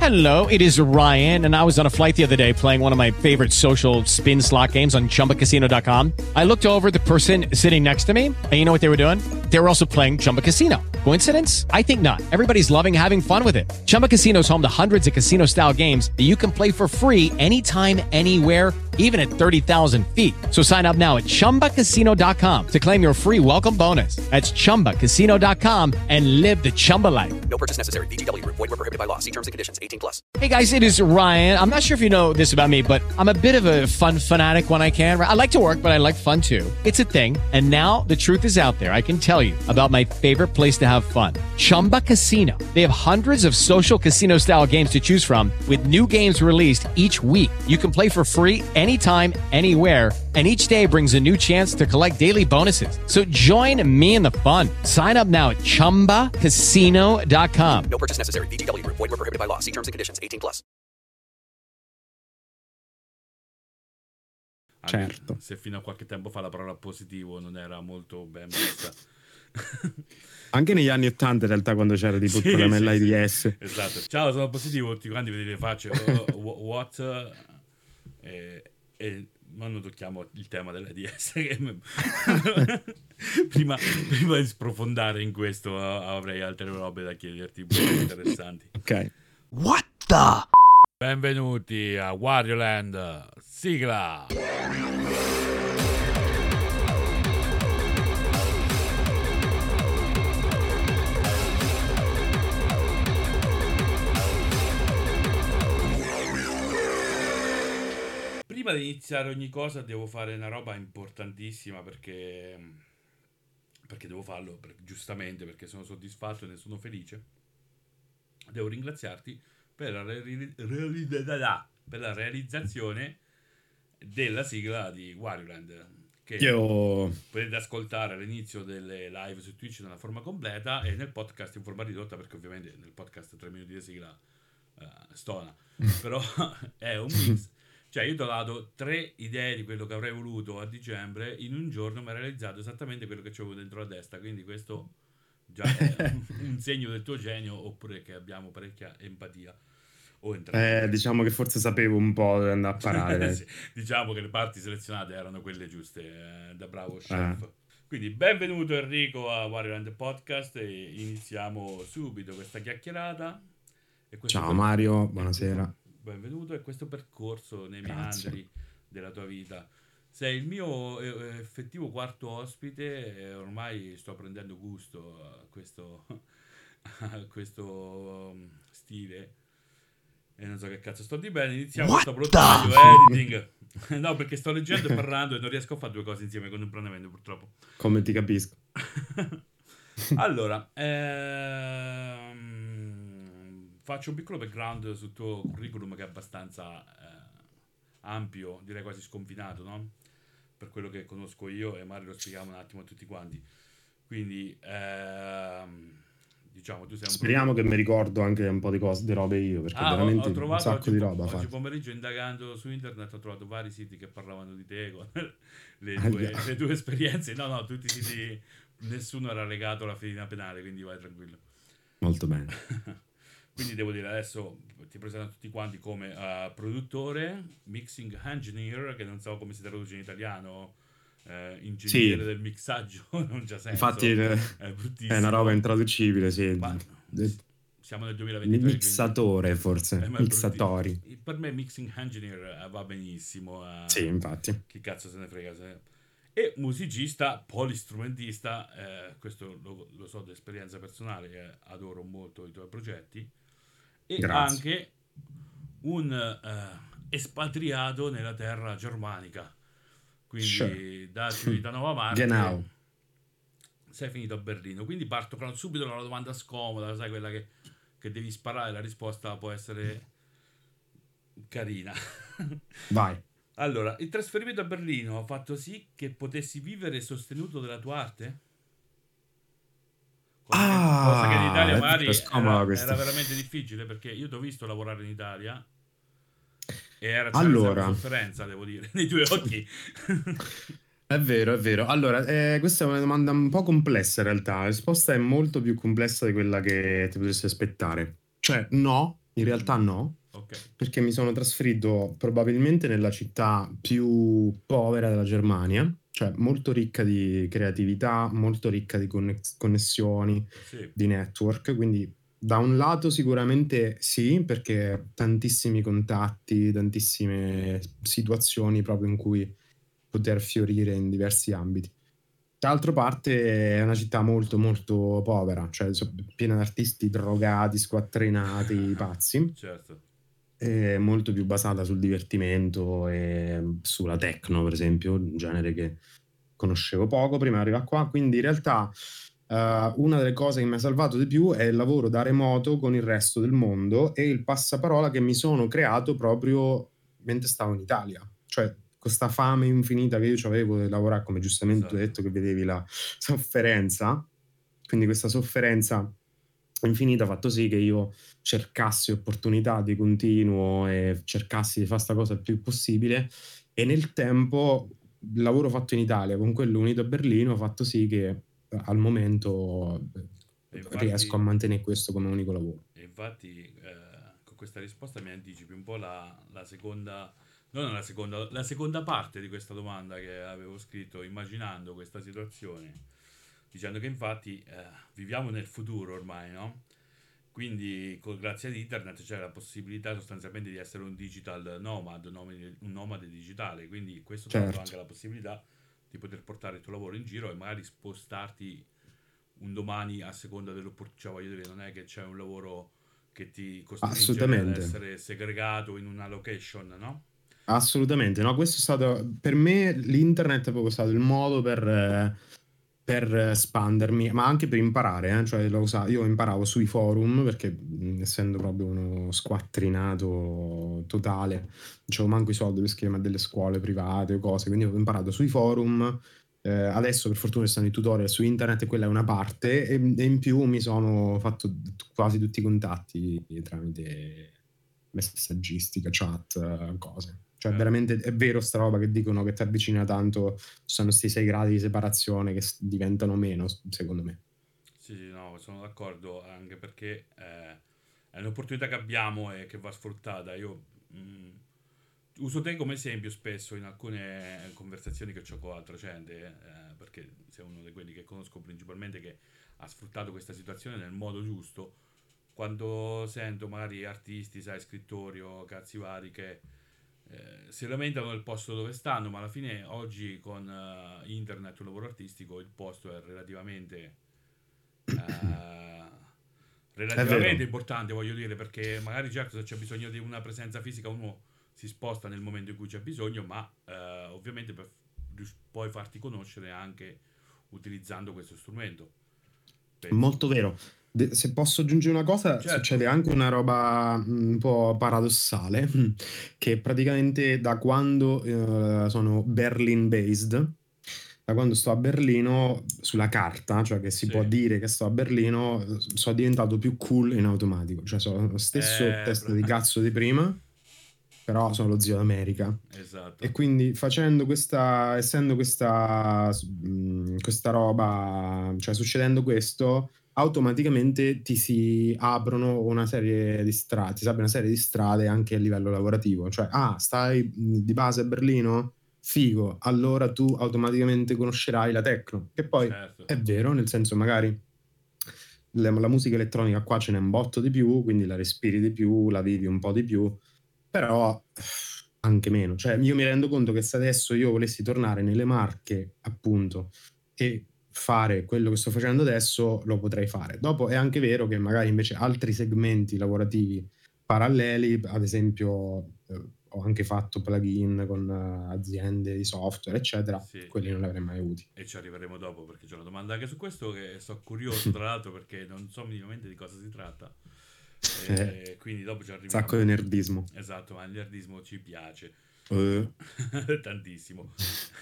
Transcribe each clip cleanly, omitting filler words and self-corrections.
Hello, it is Ryan, and I was on a flight the other day playing one of my favorite social spin slot games on ChumbaCasino.com. I looked over at the person sitting next to me, and you know what they were doing? They were also playing Chumba Casino. Coincidence? I think not. Everybody's loving having fun with it. Chumba Casino is home to hundreds of casino-style games that you can play for free anytime, anywhere, even at 30,000 feet. So sign up now at ChumbaCasino.com to claim your free welcome bonus. That's ChumbaCasino.com and live the Chumba life. No purchase necessary. VGW Group. Void where prohibited by law. See terms and conditions. 18+. Hey guys, it is Ryan. I'm not sure if you know this about me, but I'm a bit of a fun fanatic when I can. I like to work, but I like fun too. It's a thing. And now the truth is out there. I can tell you about my favorite place to have fun. Chumba Casino. They have hundreds of social casino style games to choose from with new games released each week. You can play for free anytime, anywhere, and each day brings a new chance to collect daily bonuses. So join me in the fun. Sign up now at ChumbaCasino.com. No purchase necessary. VGW Group. Void where prohibited by law. See terms and conditions. 18+. Certo. Se fino a qualche tempo fa la parola positivo non era molto ben vista. Anche negli anni 80 in realtà, quando c'era tipo il programma dell'AIDS. Esatto. Ciao, sono positivo, tutti quanti vedete le facce. What? E non tocchiamo il tema dell'AIDS. prima di sprofondare in questo avrei altre robe da chiederti interessanti. Ok. What the? Benvenuti a Wario Land. Sigla. Prima di iniziare ogni cosa devo fare una roba importantissima perché devo farlo giustamente, perché sono soddisfatto e ne sono felice. Devo ringraziarti per la realizzazione della sigla di Wario Land, che potete ascoltare all'inizio delle live su Twitch nella forma completa e nel podcast in forma ridotta, perché ovviamente nel podcast 3 minuti di sigla stona, però è un mix. Cioè io ti ho dato 3 idee di quello che avrei voluto a dicembre, in un giorno mi ha realizzato esattamente quello che c'avevo dentro la testa, quindi questo già è un segno del tuo genio, oppure che abbiamo parecchia empatia. O diciamo che forse sapevo un po' dove andare a parare. Sì, diciamo che le parti selezionate erano quelle giuste, da bravo chef. Quindi benvenuto Enrico a Wario Land Podcast e iniziamo subito questa chiacchierata. Ciao Mario, buonasera. Benvenuto a questo percorso nei meandri della tua vita. Sei il mio effettivo quarto ospite e ormai sto prendendo gusto a questo stile e non so che cazzo sto di bene. Iniziamo questo brutto editing. No, perché sto leggendo e parlando e non riesco a fare 2 cose insieme contemporaneamente, purtroppo. Come ti capisco. Allora, faccio un piccolo background sul tuo curriculum, che è abbastanza ampio, direi quasi sconfinato, no? Per quello che conosco io, e Mario lo spieghiamo un attimo a tutti quanti. Quindi, diciamo, tu sei Speriamo che mi ricordo anche un po' di cose, di robe io, perché veramente ho trovato un sacco di roba. Oggi pomeriggio, indagando su internet, ho trovato vari siti che parlavano di te, con le tue esperienze. No, tutti i siti, nessuno era legato alla fedina penale, quindi vai tranquillo. Molto bene. Quindi devo dire, adesso ti presento a tutti quanti come produttore, mixing engineer, che non so come si traduce in italiano, ingegnere del mixaggio, non c'ha senso. Infatti è una roba intraducibile, sì. Ma siamo nel 2023. Mixatore, quindi, forse, mixatori. Per me mixing engineer va benissimo. Sì, infatti. Chi cazzo se ne frega. E musicista, polistrumentista, questo lo so da esperienza personale, adoro molto i tuoi progetti. E grazie. Anche un espatriato nella terra germanica, quindi da Civitanova Marte Genau. sei finito a Berlino. Quindi parto subito da una domanda scomoda, sai, quella che devi sparare, la risposta può essere carina. Vai. Allora, il trasferimento a Berlino ha fatto sì che potessi vivere sostenuto della tua arte? Cosa che in Italia magari era veramente difficile, perché io ti ho visto lavorare in Italia e era una sofferenza, devo dire, nei tuoi occhi. È vero. Allora, questa è una domanda un po' complessa in realtà. La risposta è molto più complessa di quella che ti potresti aspettare. Cioè, no, In realtà no, Ok. perché mi sono trasferito probabilmente nella città più povera della Germania, cioè molto ricca di creatività, molto ricca di connessioni, Sì, di network, quindi da un lato sicuramente sì, perché tantissimi contatti, tantissime situazioni proprio in cui poter fiorire in diversi ambiti. D'altra parte è una città molto molto povera, cioè piena di artisti drogati, squattrinati, pazzi, certo. è molto più basata sul divertimento e sulla techno, per esempio, un genere che conoscevo poco prima di arrivare qua, quindi in realtà una delle cose che mi ha salvato di più è il lavoro da remoto con il resto del mondo e il passaparola che mi sono creato proprio mentre stavo in Italia. Cioè, questa fame infinita che io avevo di lavorare, come giustamente tu hai Esatto. detto, che vedevi la sofferenza, quindi questa sofferenza infinita ha fatto sì che io cercassi opportunità di continuo e cercassi di fare questa cosa il più possibile e nel tempo il lavoro fatto in Italia con quello unito a Berlino ha fatto sì che al momento E riesco a infatti, mantenere questo come unico lavoro. e infatti con questa risposta mi anticipi un po' la seconda, non la seconda parte di questa domanda che avevo scritto immaginando questa situazione, dicendo che infatti viviamo nel futuro ormai, no? Quindi grazie ad internet c'è la possibilità sostanzialmente di essere un digital nomad, un nomade digitale, quindi questo ti ha dato Certo, anche la possibilità di poter portare il tuo lavoro in giro e magari spostarti un domani a seconda dell'opportunità, cioè voglio dire, non è che c'è un lavoro che ti costringe ad assolutamente. essere segregato in una location, no? Assolutamente, no, questo è stato per me l'internet è proprio stato il modo per espandermi, ma anche per imparare, cioè io imparavo sui forum perché essendo proprio uno squattrinato totale, non c'avevo manco i soldi per iscrivermi a delle scuole private o cose, quindi ho imparato sui forum, adesso per fortuna ci stanno i tutorial su internet e quella è una parte e in più mi sono fatto quasi tutti i contatti tramite messaggistica, chat, cose. Cioè, Certo. veramente è vero sta roba che dicono che ti avvicina tanto, ci sono questi 6 gradi di separazione che diventano meno, secondo me. Sì, sì, no, sono d'accordo, anche perché è un'opportunità che abbiamo e che va sfruttata. Io uso te come esempio spesso in alcune conversazioni che ho con altra gente, perché sei uno di quelli che conosco principalmente che ha sfruttato questa situazione nel modo giusto. Quando sento magari artisti, sai, scrittori o cazzi vari che si lamentano del posto dove stanno, ma alla fine oggi con internet e un lavoro artistico il posto è eh, È relativamente vero. importante, voglio dire, perché magari certo se c'è bisogno di una presenza fisica uno si sposta nel momento in cui c'è bisogno, ma ovviamente puoi farti conoscere anche utilizzando questo strumento, penso. Molto vero. Se posso aggiungere una cosa, succede Certo, anche una roba un po' paradossale, che praticamente da quando sono Berlin based, da quando sto a Berlino sulla carta, cioè che si può sì. dire che sto a Berlino, sono diventato più cool in automatico, cioè sono lo stesso testa di cazzo di prima, però sono lo zio d'America. E esatto. quindi facendo questa, essendo questa roba, cioè succedendo questo, automaticamente ti si aprono una serie di strade, ti si apre una serie di strade anche a livello lavorativo. Cioè, stai di base a Berlino? Figo, allora tu automaticamente conoscerai la techno. Che poi Certo. è vero, nel senso magari la musica elettronica qua ce n'è un botto di più, quindi la respiri di più, la vivi un po' di più, però anche meno. Cioè, io mi rendo conto che se adesso io volessi tornare nelle Marche, appunto, e fare quello che sto facendo adesso, lo potrei fare. Dopo è anche vero che magari invece altri segmenti lavorativi paralleli, ad esempio, ho anche fatto plugin con aziende di software, eccetera, Sì, quelli non li avrei mai avuti. e ci arriveremo dopo perché c'è una domanda anche su questo che sto curioso tra l'altro perché non so minimamente di cosa si tratta. E quindi dopo ci Sacco di arriviamo. nerdismo. Esatto, ma il nerdismo ci piace. Eh. Tantissimo.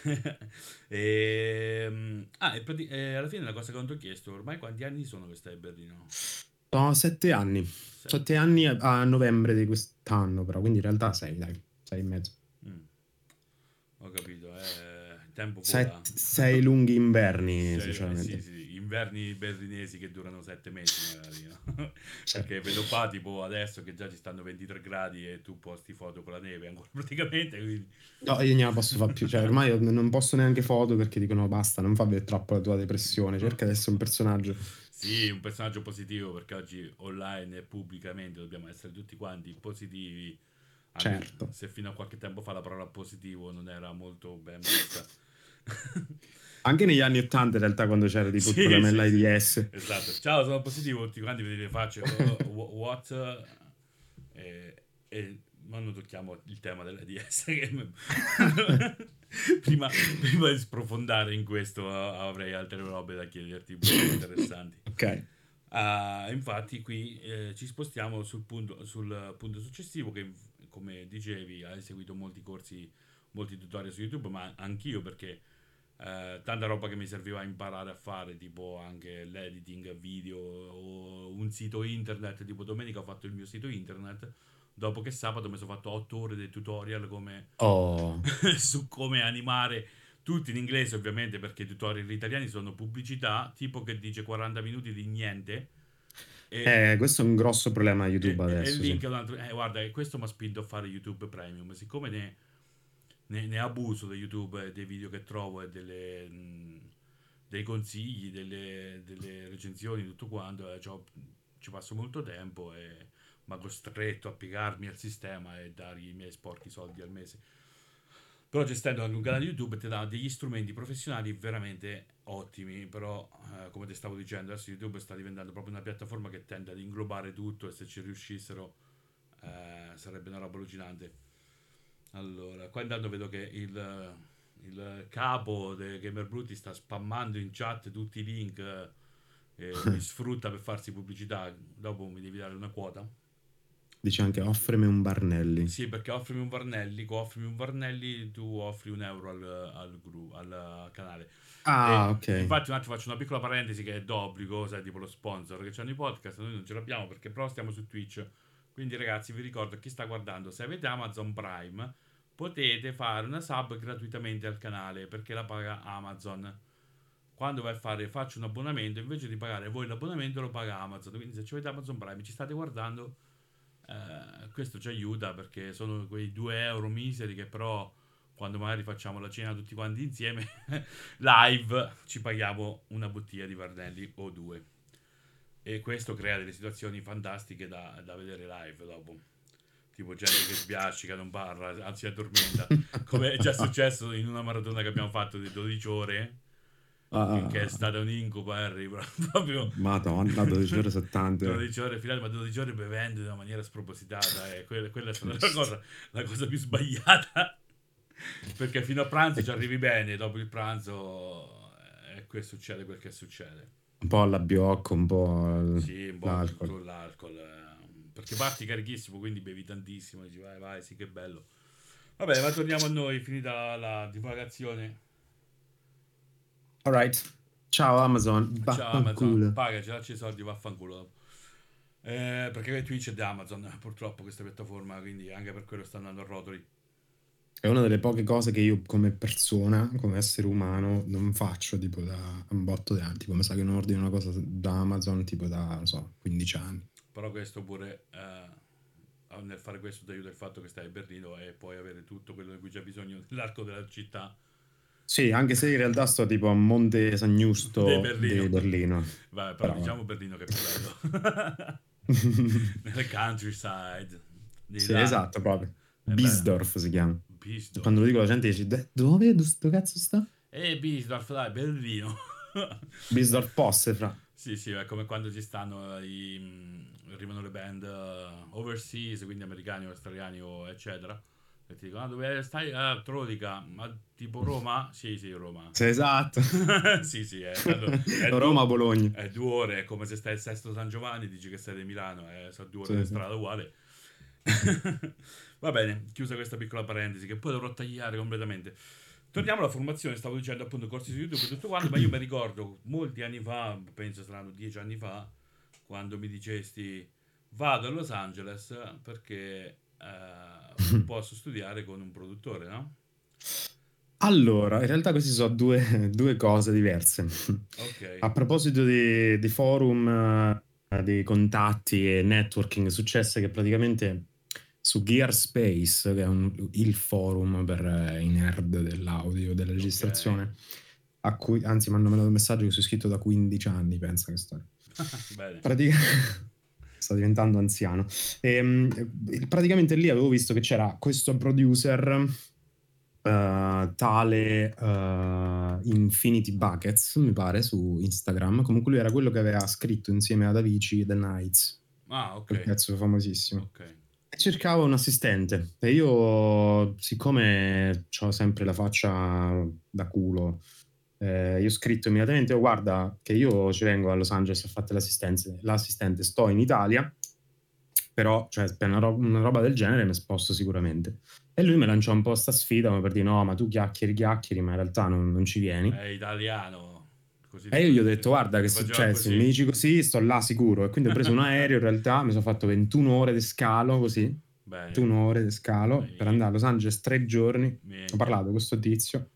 E alla fine la cosa che non ti ho chiesto, ormai quanti anni sono che stai a Berlino? Sono 7 anni. 7 anni a novembre di quest'anno, però, quindi in realtà 6, dai, 6 e mezzo. Mm, ho capito, il tempo vola. 6 lunghi inverni, Sì, sinceramente. sì, inverni berlinesi che durano 7 mesi magari, no? Perché vedo qua tipo adesso che già ci stanno 23 gradi e tu posti foto con la neve ancora praticamente, quindi... No, io non la posso fare più, cioè ormai io non posto neanche foto perché dicono basta, non fa vedere troppo la tua depressione, cerca di essere un personaggio. Sì, un personaggio positivo, perché oggi online e pubblicamente dobbiamo essere tutti quanti positivi. Anche Certo. se fino a qualche tempo fa la parola positivo non era molto ben vista. Anche negli anni 80 in realtà quando c'era tipo il Sì, problema sì, dell'AIDS. esatto. Ciao, sono positivo, tutti quanti vedete le facce. What? E non tocchiamo il tema dell'AIDS. prima di sprofondare in questo avrei altre robe da chiederti molto interessanti. Ok. Infatti qui ci spostiamo sul punto successivo che, come dicevi, hai seguito molti corsi, molti tutorial su YouTube, ma anch'io perché tanta roba che mi serviva a imparare a fare, tipo anche l'editing video o un sito internet, tipo domenica ho fatto il mio sito internet, dopo che sabato mi sono fatto 8 ore di tutorial su come animare, tutti in inglese ovviamente perché i tutorial italiani sono pubblicità, tipo che dice 40 minuti di niente. Questo è un grosso problema di YouTube E adesso. il link Sì. è un altro, guarda, questo mi ha spinto a fare YouTube Premium, siccome ne abuso di YouTube e dei video che trovo e dei consigli, delle recensioni, tutto quanto, ci passo molto tempo e mi ha costretto a piegarmi al sistema e dargli i miei sporchi soldi al mese. Però gestendo anche un canale YouTube ti dà degli strumenti professionali veramente ottimi, però come ti stavo dicendo adesso YouTube sta diventando proprio una piattaforma che tende ad inglobare tutto e se ci riuscissero sarebbe una roba allucinante. Allora, qua intanto vedo che il capo dei Gamer Brutti sta spammando in chat tutti i link e mi sfrutta per farsi pubblicità, dopo mi devi dare una quota. Dice anche offrimi un Barnelli. Sì, perché offrimi un Varnelli, tu offri €1 al canale. Ok. Infatti un attimo faccio una piccola parentesi che è d'obbligo, sai, tipo lo sponsor che c'hanno i podcast, noi non ce l'abbiamo perché però stiamo su Twitch. Quindi ragazzi vi ricordo chi sta guardando, se avete Amazon Prime potete fare una sub gratuitamente al canale perché la paga Amazon. Quando vai a fare faccio un abbonamento, invece di pagare voi l'abbonamento lo paga Amazon. Quindi se avete Amazon Prime ci state guardando, questo ci aiuta perché sono quei €2 miseri che però quando magari facciamo la cena tutti quanti insieme live ci paghiamo una bottiglia di Varnelli o due e questo crea delle situazioni fantastiche da vedere live dopo, tipo gente che sbiascica, non parla, anzi addormenta, come è già successo in una maratona che abbiamo fatto di 12 ore che è stata un incubo, Harry, proprio Madonna, 12 ore 70. 12 ore finali, ma 12 ore bevendo in una maniera spropositata e quella è stata la cosa più sbagliata perché fino a pranzo ci arrivi bene, dopo il pranzo qui succede quel che succede. Un po' all'abbiocco, un po' Sì, un po' l'alcol. tutto l'alcol perché parti carichissimo, quindi bevi tantissimo, dici vai, sì che bello. Vabbè, ma torniamo a noi, finita la divagazione. Alright. Ciao Amazon. Ciao Amazon, pagaci, dacci i soldi, vaffanculo. Perché Twitch è di Amazon, purtroppo questa piattaforma, quindi anche per quello sta andando a rotoli. È una delle poche cose che io come persona, come essere umano, non faccio tipo da un botto di anni. Tipo, mi sa che non ordino una cosa da Amazon tipo da, non so, 15 anni. Però questo pure, nel fare questo ti aiuta il fatto che stai a Berlino e puoi avere tutto quello di cui c'è bisogno nell'arco della città. Sì, anche se in realtà sto tipo a Monte San Giusto di Berlino. Vabbè, però diciamo Berlino che è più bello. Nel countryside. Sì, esatto, proprio. Biesdorf si chiama. Biesdorf. Quando lo dico la gente dice, dove sto cazzo sta? Biesdorf, dai, Berlino. Biesdorf Posse, fra. Sì, è come quando ci stanno arrivano le band overseas, quindi americani o australiani o eccetera. E ti dicono, dove stai? Trodica, ma tipo Roma? Sì, Roma. Sì, esatto. sì, è Roma-Bologna. È 2 ore, è come se stai al Sesto San Giovanni, dici che sei di Milano, sono 2 ore di strada uguale. Va bene, chiusa questa piccola parentesi che poi dovrò tagliare completamente. Torniamo alla formazione, stavo dicendo appunto corsi su YouTube e tutto quanto, ma io mi ricordo molti anni fa, penso saranno 10 anni fa, quando mi dicesti vado a Los Angeles perché posso studiare con un produttore, no? Allora, in realtà queste sono due cose diverse. Ok, A proposito di forum, di contatti e networking, è successo che praticamente su Gearspace, che è il forum per i nerd dell'audio, della ok. registrazione, anzi mi hanno mandato un messaggio che sono iscritto da 15 anni, pensa che storia. Bene. Sto diventando anziano. Praticamente lì avevo visto che c'era questo producer, tale Infinity Buckets, mi pare, su Instagram. Comunque lui era quello che aveva scritto insieme ad Avicii The Nights, Ah, ok, quel pezzo famosissimo. ok. E cercavo un assistente e io, siccome ho sempre la faccia da culo, io ho scritto immediatamente: "Oh, guarda che io ci vengo a Los Angeles a fare l'assistente, sto in Italia, però cioè, per una roba del genere mi sposto sicuramente." E lui mi lanciò un po' sta sfida come per dire: "No, ma tu chiacchieri, ma in realtà non ci vieni." È italiano, così E io gli ho detto: "Guarda, ti che faceva cioè, se mi così. dici così, sto là sicuro." E quindi ho preso un aereo. In realtà mi sono fatto 21 ore di scalo così. Bene. 21 ore di scalo per andare a Los Angeles 3 giorni. Ho Minchia. parlato con questo tizio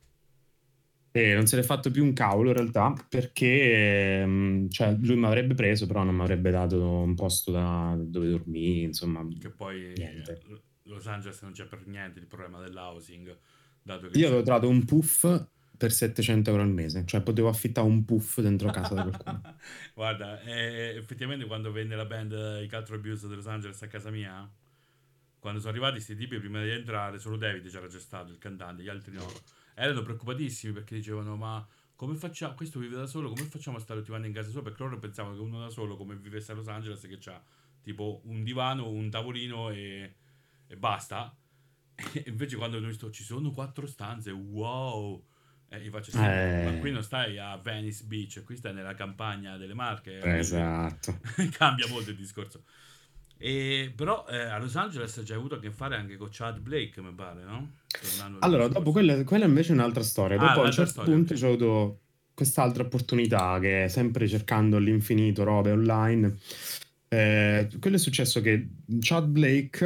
e non se n'è fatto più un cavolo in realtà perché cioè, lui mi avrebbe preso, però non mi avrebbe dato un posto da dove dormire, insomma, Che poi niente. Los Angeles non c'è per niente il problema dell'housing, dato che Io avevo c'è. trovato un puff per 700 euro al mese, cioè potevo affittare un puff dentro casa da qualcuno. Guarda, effettivamente quando venne la band i Culture Abuse di Los Angeles a casa mia, quando sono arrivati questi tipi prima di entrare, solo David c'era già stato, il cantante, gli altri no, erano preoccupatissimi perché dicevano ma come facciamo, questo vive da solo, come facciamo a stare tutti quanti in casa sua? Perché loro pensavano che uno da solo come vivesse a Los Angeles che c'ha tipo un divano, un tavolino e basta. E invece quando hanno visto ci sono 4 stanze, wow! E io faccio sì, ma qui Eh, non stai a Venice Beach, qui stai nella campagna delle Marche, capisci? esatto. Cambia molto il discorso. Però a Los Angeles c'è avuto a che fare anche con Chad Blake, mi pare, no? Tornando al Allora, dopo discorso. quella invece è un'altra storia. Ah, Dopo a un un'altra certo storia, punto ok. c'ho avuto quest'altra opportunità che sempre cercando all'infinito robe online. Quello è successo che Chad Blake,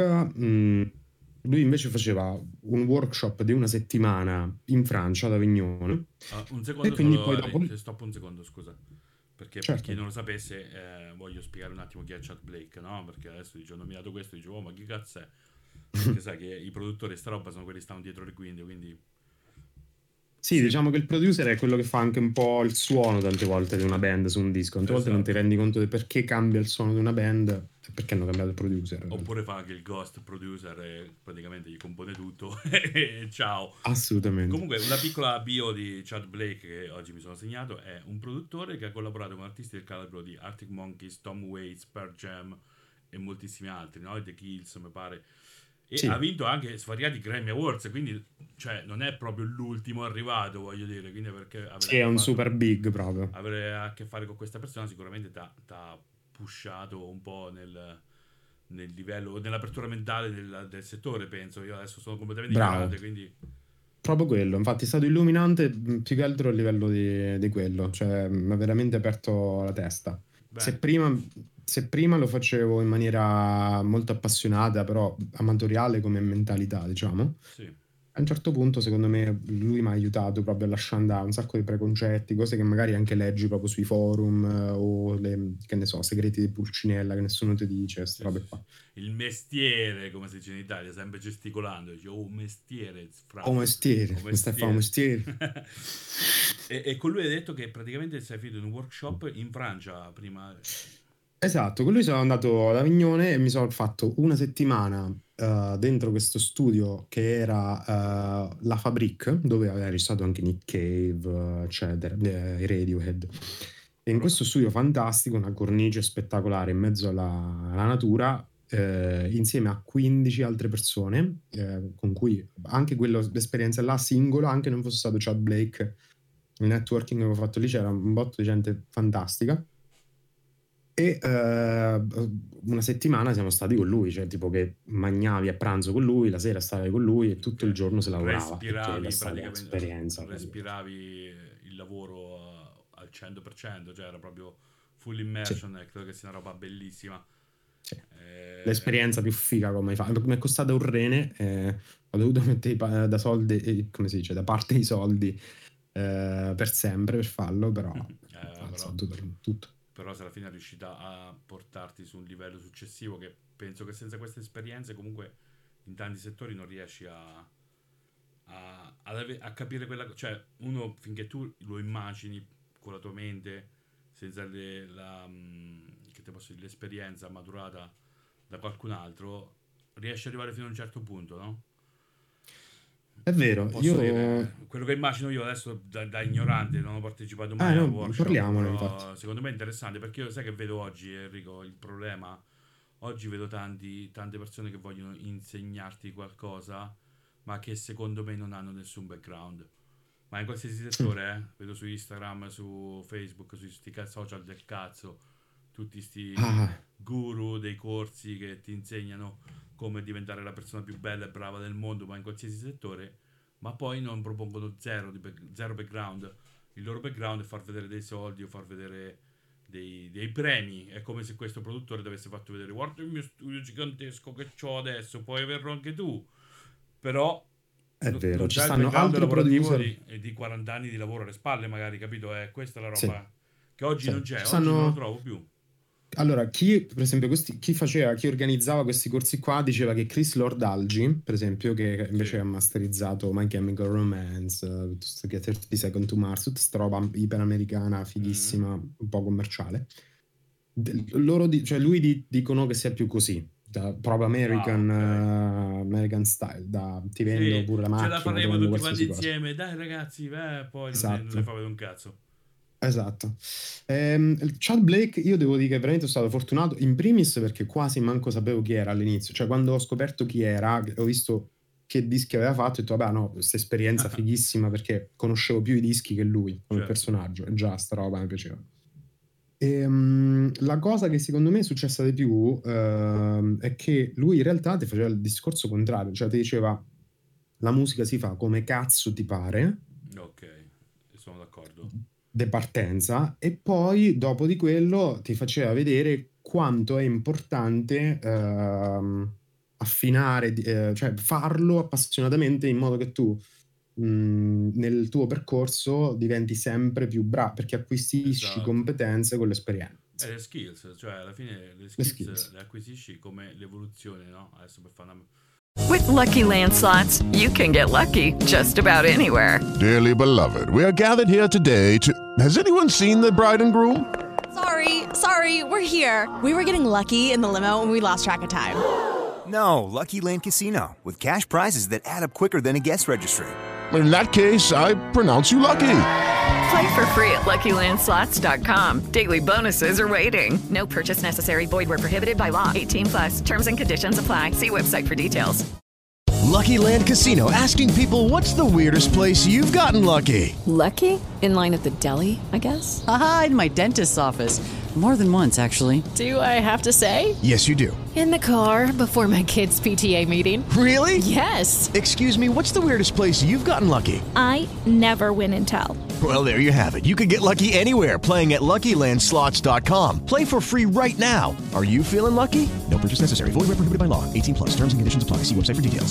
lui invece faceva un workshop di una settimana in Francia, ad Avignone, Un e secondo quindi solo, poi Ali, dopo... ti stoppo un secondo, scusa. Perché per chi Certo. non lo sapesse, voglio spiegare un attimo chi è Chad Blake, no? Perché adesso dice, ho nominato questo, dicevo, oh, ma chi cazzo è? Perché sai che i produttori sta roba sono quelli che stanno dietro le quinte, quindi Sì, se... diciamo che il producer è quello che fa anche un po' il suono tante volte di una band su un disco. Tante volte non ti Esatto. rendi conto di perché cambia il suono di una band e perché hanno cambiato il producer in realtà. Oppure fa anche il ghost producer e praticamente gli compone tutto e ciao. Assolutamente. Comunque, una piccola bio di Chad Blake che oggi mi sono segnato è un produttore che ha collaborato con artisti del calibro di Arctic Monkeys, Tom Waits, Pearl Jam e moltissimi altri, no? The Kills, mi pare. E ha Sì, vinto anche svariati Grammy Awards, quindi cioè, non è proprio l'ultimo arrivato, voglio dire, quindi perché avere a sì, è che un fare, super big proprio. avere a che fare con questa persona sicuramente ti ha pushato un po' nel livello, nell'apertura mentale del settore, penso. Io adesso sono completamente Bravo. ignorante, quindi Proprio quello. Infatti è stato illuminante più che altro a livello di quello. Cioè, mi ha veramente aperto la testa. Se bene, prima, se prima lo facevo in maniera molto appassionata, però amatoriale come mentalità, diciamo. sì. A un certo punto, secondo me, lui mi ha aiutato proprio a lasciare andare un sacco di preconcetti, cose che magari anche leggi proprio sui forum, o che ne so, segreti di Pulcinella che nessuno ti dice, queste Sì, sì, robe sì. qua. Il mestiere, come si dice in Italia, sempre gesticolando, dice, oh, mestiere, Oh, fra, mestiere, oh, mi stai a fare un mestiere. mestiere. E con lui hai detto che praticamente sei finito in un workshop in Francia prima. Esatto, con lui sono andato ad Avignone e mi sono fatto una settimana dentro questo studio che era La Fabrique, dove aveva registrato anche Nick Cave, eccetera, i Radiohead. E in Però, questo studio fantastico, una cornice spettacolare in mezzo alla natura, insieme a 15 altre persone, con cui anche l'esperienza là singola, anche non fosse stato Chad Blake, il networking che avevo fatto lì, c'era un botto di gente fantastica. E una settimana siamo stati con lui, cioè tipo che mangiavi a pranzo con lui, la sera stavi con lui e tutto il ok, giorno si lavorava. E quella è respiravi stata praticamente, un'esperienza proprio. respiravi il lavoro al 100%, cioè era proprio full Sì. immersion e credo che sia una roba bellissima. Sì. L'esperienza più figa come hai fatto. Mi è costata un rene, ho dovuto mettere da soldi, come si dice, da parte i soldi per sempre per farlo, però tutto. Però se alla fine è riuscita a portarti su un livello successivo, che penso che senza queste esperienze comunque in tanti settori non riesci a capire quella cosa. Cioè, uno finché tu lo immagini con la tua mente, senza che te posso dire, l'esperienza maturata da qualcun altro, riesci ad arrivare fino a un certo punto, no? È vero, Posso dire, quello che immagino io adesso da ignorante, non ho partecipato mai a no, workshop, parliamone, però infatti. secondo me è interessante, perché io sai che vedo oggi, Enrico, il problema, oggi vedo tante persone che vogliono insegnarti qualcosa, ma che secondo me non hanno nessun background. Ma in qualsiasi settore, vedo su Instagram, su Facebook, su sti social del cazzo, tutti sti Ah, guru dei corsi che ti insegnano come diventare la persona più bella e brava del mondo, ma in qualsiasi settore, ma poi non propongono zero background. Il loro background è far vedere dei soldi o far vedere dei premi. È come se questo produttore ti avesse fatto vedere: guarda il mio studio gigantesco che ho adesso, puoi averlo anche tu. Però è vero, non ci c'ha il stanno background altri lavorativo producer. di 40 anni di lavoro alle spalle, magari, capito? Questa è la Sì, roba che oggi non sì. c'è, Ci oggi non lo stanno. trovo più. Allora, per esempio, chi organizzava questi corsi qua diceva che Chris Lord-Alge, per esempio, che invece Sì. ha masterizzato My Chemical Romance, piuttosto che 30 Second to Mars, tutta sta roba iperamericana, Mm. fighissima, un po' commerciale. Cioè dicono che sia più così, proprio Ah, American, ok. American style, ti vendo Sì, pure la ce la macchina, ti faremo vendo tutti quanti qualsiasi cosa. insieme. Dai ragazzi, poi non ne Esatto. fa vedere un cazzo. Esatto. Chad Blake, io devo dire che veramente sono stato fortunato, in primis perché quasi manco sapevo chi era all'inizio, cioè quando ho scoperto chi era, ho visto che dischi aveva fatto, ho detto vabbè no, questa esperienza fighissima perché conoscevo più i dischi che lui come Certo. personaggio, e già sta roba mi piaceva. La cosa che secondo me è successa di più è che lui in realtà ti faceva il discorso contrario, cioè ti diceva la musica si fa come cazzo ti pare, Ok, sono d'accordo. de partenza, e poi dopo di quello ti faceva vedere quanto è importante affinare, cioè farlo appassionatamente in modo che tu nel tuo percorso diventi sempre più bravo perché acquisisci Esatto. competenze con E l'esperienza, le skills, cioè alla fine le le skills skills. le acquisisci come l'evoluzione, no? Adesso per fare una... With Lucky Land Slots, you can get lucky just about anywhere. Dearly beloved, we are gathered here today to... Has anyone seen the bride and groom? Sorry, we're here. We were getting lucky in the limo and we lost track of time. No, Lucky Land Casino, with cash prizes that add up quicker than a guest registry. In that case, I pronounce you lucky. Play for free at LuckyLandSlots.com. Daily bonuses are waiting. No purchase necessary. Void where prohibited by law. 18+. Terms and conditions apply. See website for details. Lucky Land Casino, asking people, what's the weirdest place you've gotten lucky? Lucky? In line at the deli, I guess? Aha, in my dentist's office. More than once, actually. Do I have to say? Yes, you do. In the car before my kids' PTA meeting. Really? Yes. Excuse me, what's the weirdest place you've gotten lucky? I never win and tell. Well, there you have it. You can get lucky anywhere, playing at LuckyLandSlots.com. Play for free right now. Are you feeling lucky? No purchase necessary. Void where prohibited by law. 18+. Terms and conditions apply. See website for details.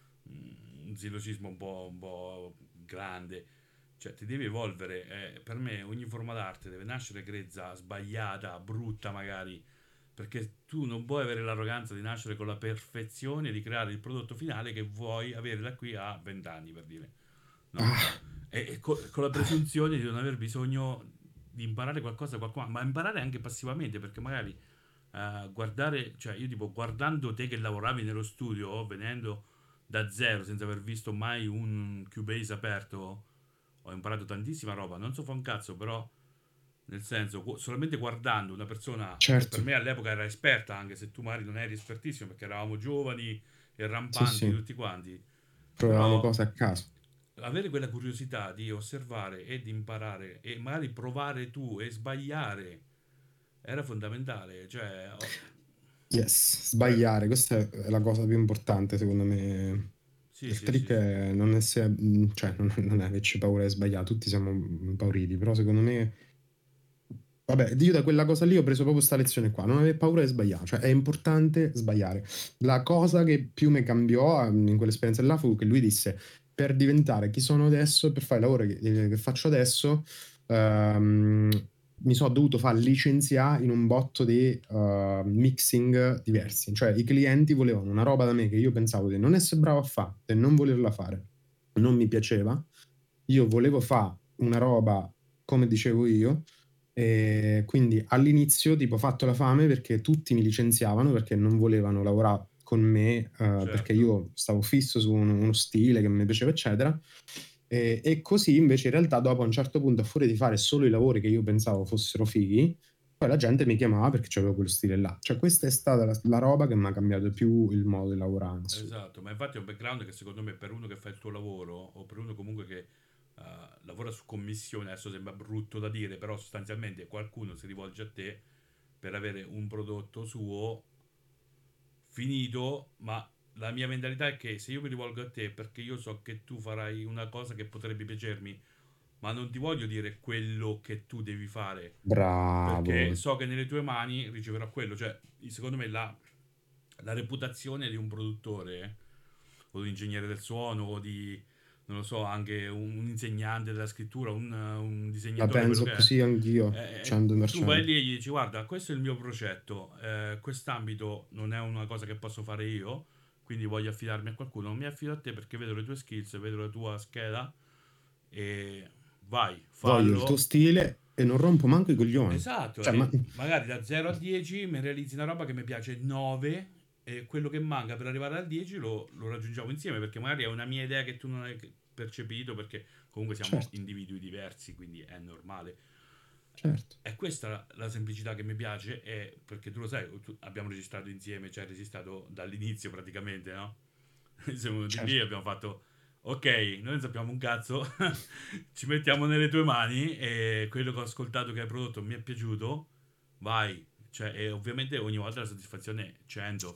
Un sillogismo un po' grande. Cioè, ti devi evolvere. Per me ogni forma d'arte deve nascere grezza, sbagliata, brutta magari, perché tu non puoi avere l'arroganza di nascere con la perfezione di creare il prodotto finale che vuoi avere da qui a 20 anni, per dire. No? E con la presunzione di non aver bisogno di imparare qualcosa, ma imparare anche passivamente, perché magari guardare, cioè io tipo guardando te che lavoravi nello studio, venendo da zero, senza aver visto mai un Cubase aperto, ho imparato tantissima roba. Non so fa un cazzo, però nel senso, solamente guardando una persona che per me all'epoca era esperta, anche se tu magari non eri espertissimo perché eravamo giovani e rampanti tutti quanti, Provavamo però cose a caso. avere quella curiosità di osservare ed imparare e magari provare tu e sbagliare era fondamentale. Cioè, Sbagliare, questa è la cosa più importante secondo me. Il trick è non essere, cioè non è averci paura di sbagliare, tutti siamo impauriti, però secondo me Vabbè, io da quella cosa lì ho preso proprio sta lezione qua, non avere paura di sbagliare, cioè è importante sbagliare. La cosa che più mi cambiò in quell'esperienza là fu che lui disse, per diventare chi sono adesso, per fare il lavoro che faccio adesso, ehm, mi sono dovuto far licenziare in un botto di mixing diversi, cioè i clienti volevano una roba da me che io pensavo di non essere bravo a fare, di non volerla fare, non mi piaceva, io volevo fare una roba come dicevo io. E quindi all'inizio tipo ho fatto la fame perché tutti mi licenziavano perché non volevano lavorare con me perché io stavo fisso su uno stile che mi piaceva eccetera e così invece in realtà dopo a un certo punto a furia di fare solo i lavori che io pensavo fossero fighi poi la gente mi chiamava perché c'avevo quello stile là, cioè questa è stata la roba che mi ha cambiato più il modo di lavorare Esatto, ma infatti è un background che secondo me per uno che fa il tuo lavoro o per uno comunque che lavora su commissione, adesso sembra brutto da dire, però sostanzialmente qualcuno si rivolge a te per avere un prodotto suo finito, ma la mia mentalità è che se io mi rivolgo a te perché io so che tu farai una cosa che potrebbe piacermi, ma non ti voglio dire quello che tu devi fare, bravo perché so che nelle tue mani riceverò quello, cioè secondo me la reputazione di un produttore o di ingegnere del suono o di non lo so, anche un insegnante della scrittura, un la disegnatore, quello penso che così anch'io è. 100%. Tu vai lì e gli dici guarda, questo è il mio progetto, quest'ambito non è una cosa che posso fare io, quindi voglio affidarmi a qualcuno, non mi affido a te perché vedo le tue skills, vedo la tua scheda e vai, voglio il tuo fallo. stile e non rompo manco i coglioni. Esatto, Cioè, e magari da 0 a 10 mi realizzi una roba che mi piace 9 e quello che manca per arrivare al 10 lo raggiungiamo insieme perché magari è una mia idea che tu non hai percepito perché comunque siamo certo, individui diversi, quindi è normale. certo. È questa la semplicità che mi piace e perché tu lo sai, abbiamo registrato insieme, cioè registrato dall'inizio praticamente, no? Siamo venuti lì e abbiamo fatto ok, noi non sappiamo un cazzo, ci mettiamo nelle tue mani e quello che ho ascoltato che hai prodotto mi è piaciuto, vai, cioè, e ovviamente ogni volta la soddisfazione è 100,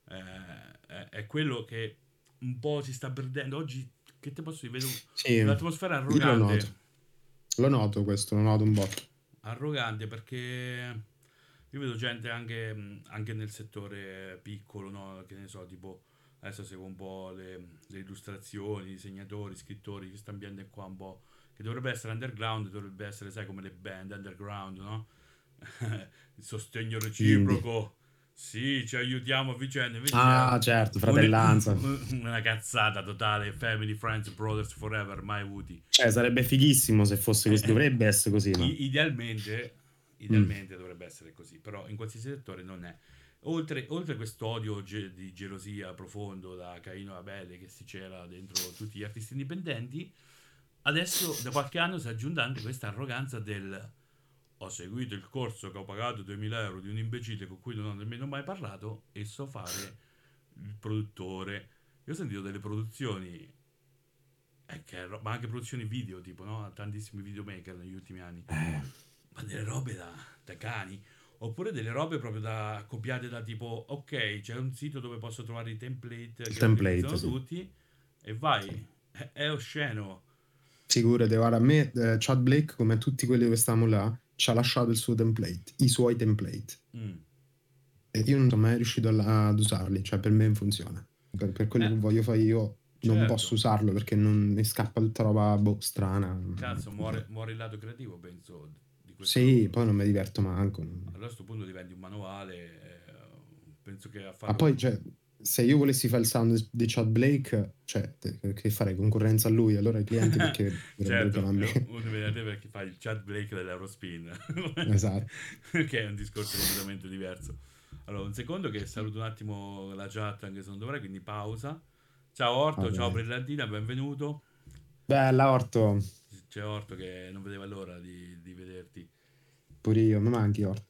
è quello che un po' si sta perdendo oggi, che te posso dire, vedo Sì, un'atmosfera io arrogante, lo noto questo, lo noto un botto. arrogante perché io vedo gente anche nel settore piccolo, no? Che ne so, tipo adesso seguo un po' le illustrazioni, i disegnatori, scrittori, questo ambiente qua un po' che dovrebbe essere underground, dovrebbe essere, sai, come le band underground, no? Il sostegno reciproco. Sì, ci aiutiamo a vicenda. Invece certo, fratellanza. Una cazzata totale. Family, friends, brothers forever, mai avuti. Cioè, sarebbe fighissimo se fosse così, dovrebbe essere così, ma... Idealmente dovrebbe essere così, però in qualsiasi settore non è. Oltre questo odio di gelosia profondo da Caino e Abele che si c'era dentro tutti gli artisti indipendenti, adesso da qualche anno si è aggiunta anche questa arroganza del ho seguito il corso che ho pagato 2000 euro di un imbecille con cui non ho nemmeno mai parlato e so fare il produttore. Io ho sentito delle produzioni ma anche produzioni video tipo, no? Tantissimi videomaker negli ultimi anni, ma delle robe da cani, oppure delle robe proprio da copiate da tipo ok, c'è un sito dove posso trovare i template che utilizzano sì. tutti e vai, è osceno. Figurati, guarda, a me Chad Blake, come tutti quelli che stavamo là, ci ha lasciato il suo template, i suoi template. E io non sono mai riuscito ad usarli, cioè per me funziona. Per quello che voglio fare io non certo. posso usarlo perché non mi scappa tutta roba strana. Cazzo, muore il lato creativo, penso. Di questo. Sì, poi non mi diverto manco. Allora a questo punto diventi un manuale, penso che a farlo... Ma poi, cioè, se io volessi fare il sound di Chad Blake, cioè, che farei concorrenza a lui, allora i clienti perché certo, chiamarmi? uno vede perché fa il Chad Blake dell'Eurospin. Esatto. Che è un discorso completamente diverso. Allora, un secondo che saluto un attimo la chat anche se non dovrei, quindi pausa. Ciao Orto, ciao Brillantina, benvenuto. Bella Orto. C'è Orto che non vedeva l'ora di vederti. Pure io, mi manchi Orto.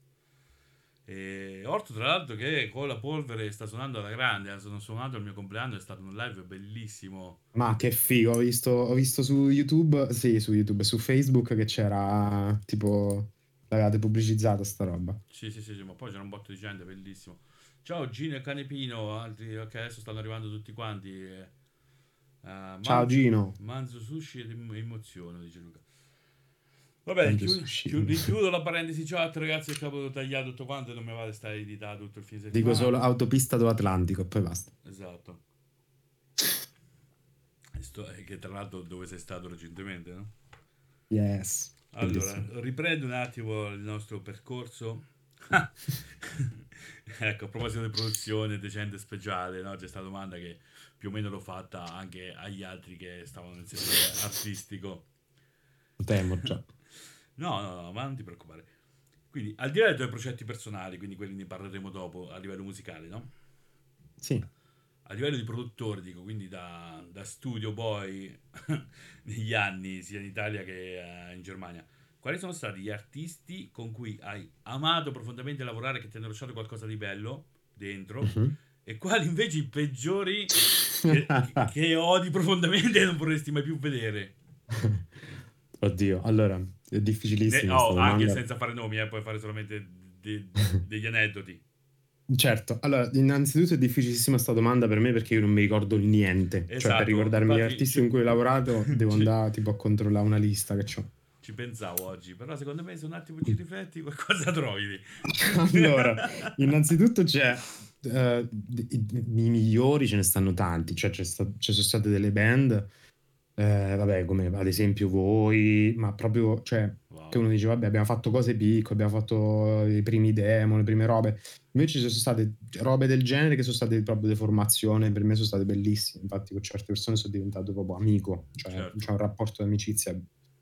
E Orto tra l'altro che con la polvere sta suonando alla grande, sono suonato al mio compleanno, è stato un live bellissimo. Ma che figo, ho visto su YouTube, su Facebook che c'era tipo l'avevate pubblicizzata sta roba. Sì, ma poi c'era un botto di gente, bellissimo. Ciao Gino e Canepino, altri che adesso stanno arrivando tutti quanti. Ciao Gino. Manzo sushi ed emozione, dice Luca. Vabbè, richiudo la parentesi chat, ragazzi, che avevo tagliato tutto quanto e non mi va di stare editato tutto il fine settimana. Dico solo autopista dell'Atlantico e poi basta. Esatto. Che tra l'altro dove sei stato recentemente, no? Yes. Allora, riprendo un attimo il nostro percorso. Ecco, a proposito di produzione decente speciale, no? C'è stata domanda che più o meno l'ho fatta anche agli altri che stavano nel settore artistico. Temo già. No, ma non ti preoccupare. Quindi, al di là dei tuoi progetti personali, quindi quelli ne parleremo dopo a livello musicale, no? Sì. A livello di produttore, dico, quindi da studio boy negli anni, sia in Italia che in Germania, quali sono stati gli artisti con cui hai amato profondamente lavorare, che ti hanno lasciato qualcosa di bello dentro, e quali invece i peggiori che odi profondamente e non vorresti mai più vedere? Oddio, allora, è difficilissimo. Anche senza fare nomi, puoi fare solamente degli aneddoti. Certo, allora, innanzitutto è difficilissima sta domanda per me perché io non mi ricordo niente. Esatto, cioè, per ricordarmi gli artisti con cui ho lavorato devo andare tipo a controllare una lista che ho. Ci pensavo oggi, però secondo me se un attimo ci rifletti qualcosa trovi. Allora, innanzitutto c'è i migliori, ce ne stanno tanti, cioè ci sono state delle band, vabbè, come ad esempio voi, ma proprio, cioè, che uno dice, vabbè, abbiamo fatto cose piccole, abbiamo fatto i primi demo, le prime robe, invece ci sono state robe del genere che sono state proprio deformazione, per me sono state bellissime, infatti con certe persone sono diventato proprio amico, cioè c'è un rapporto di amicizia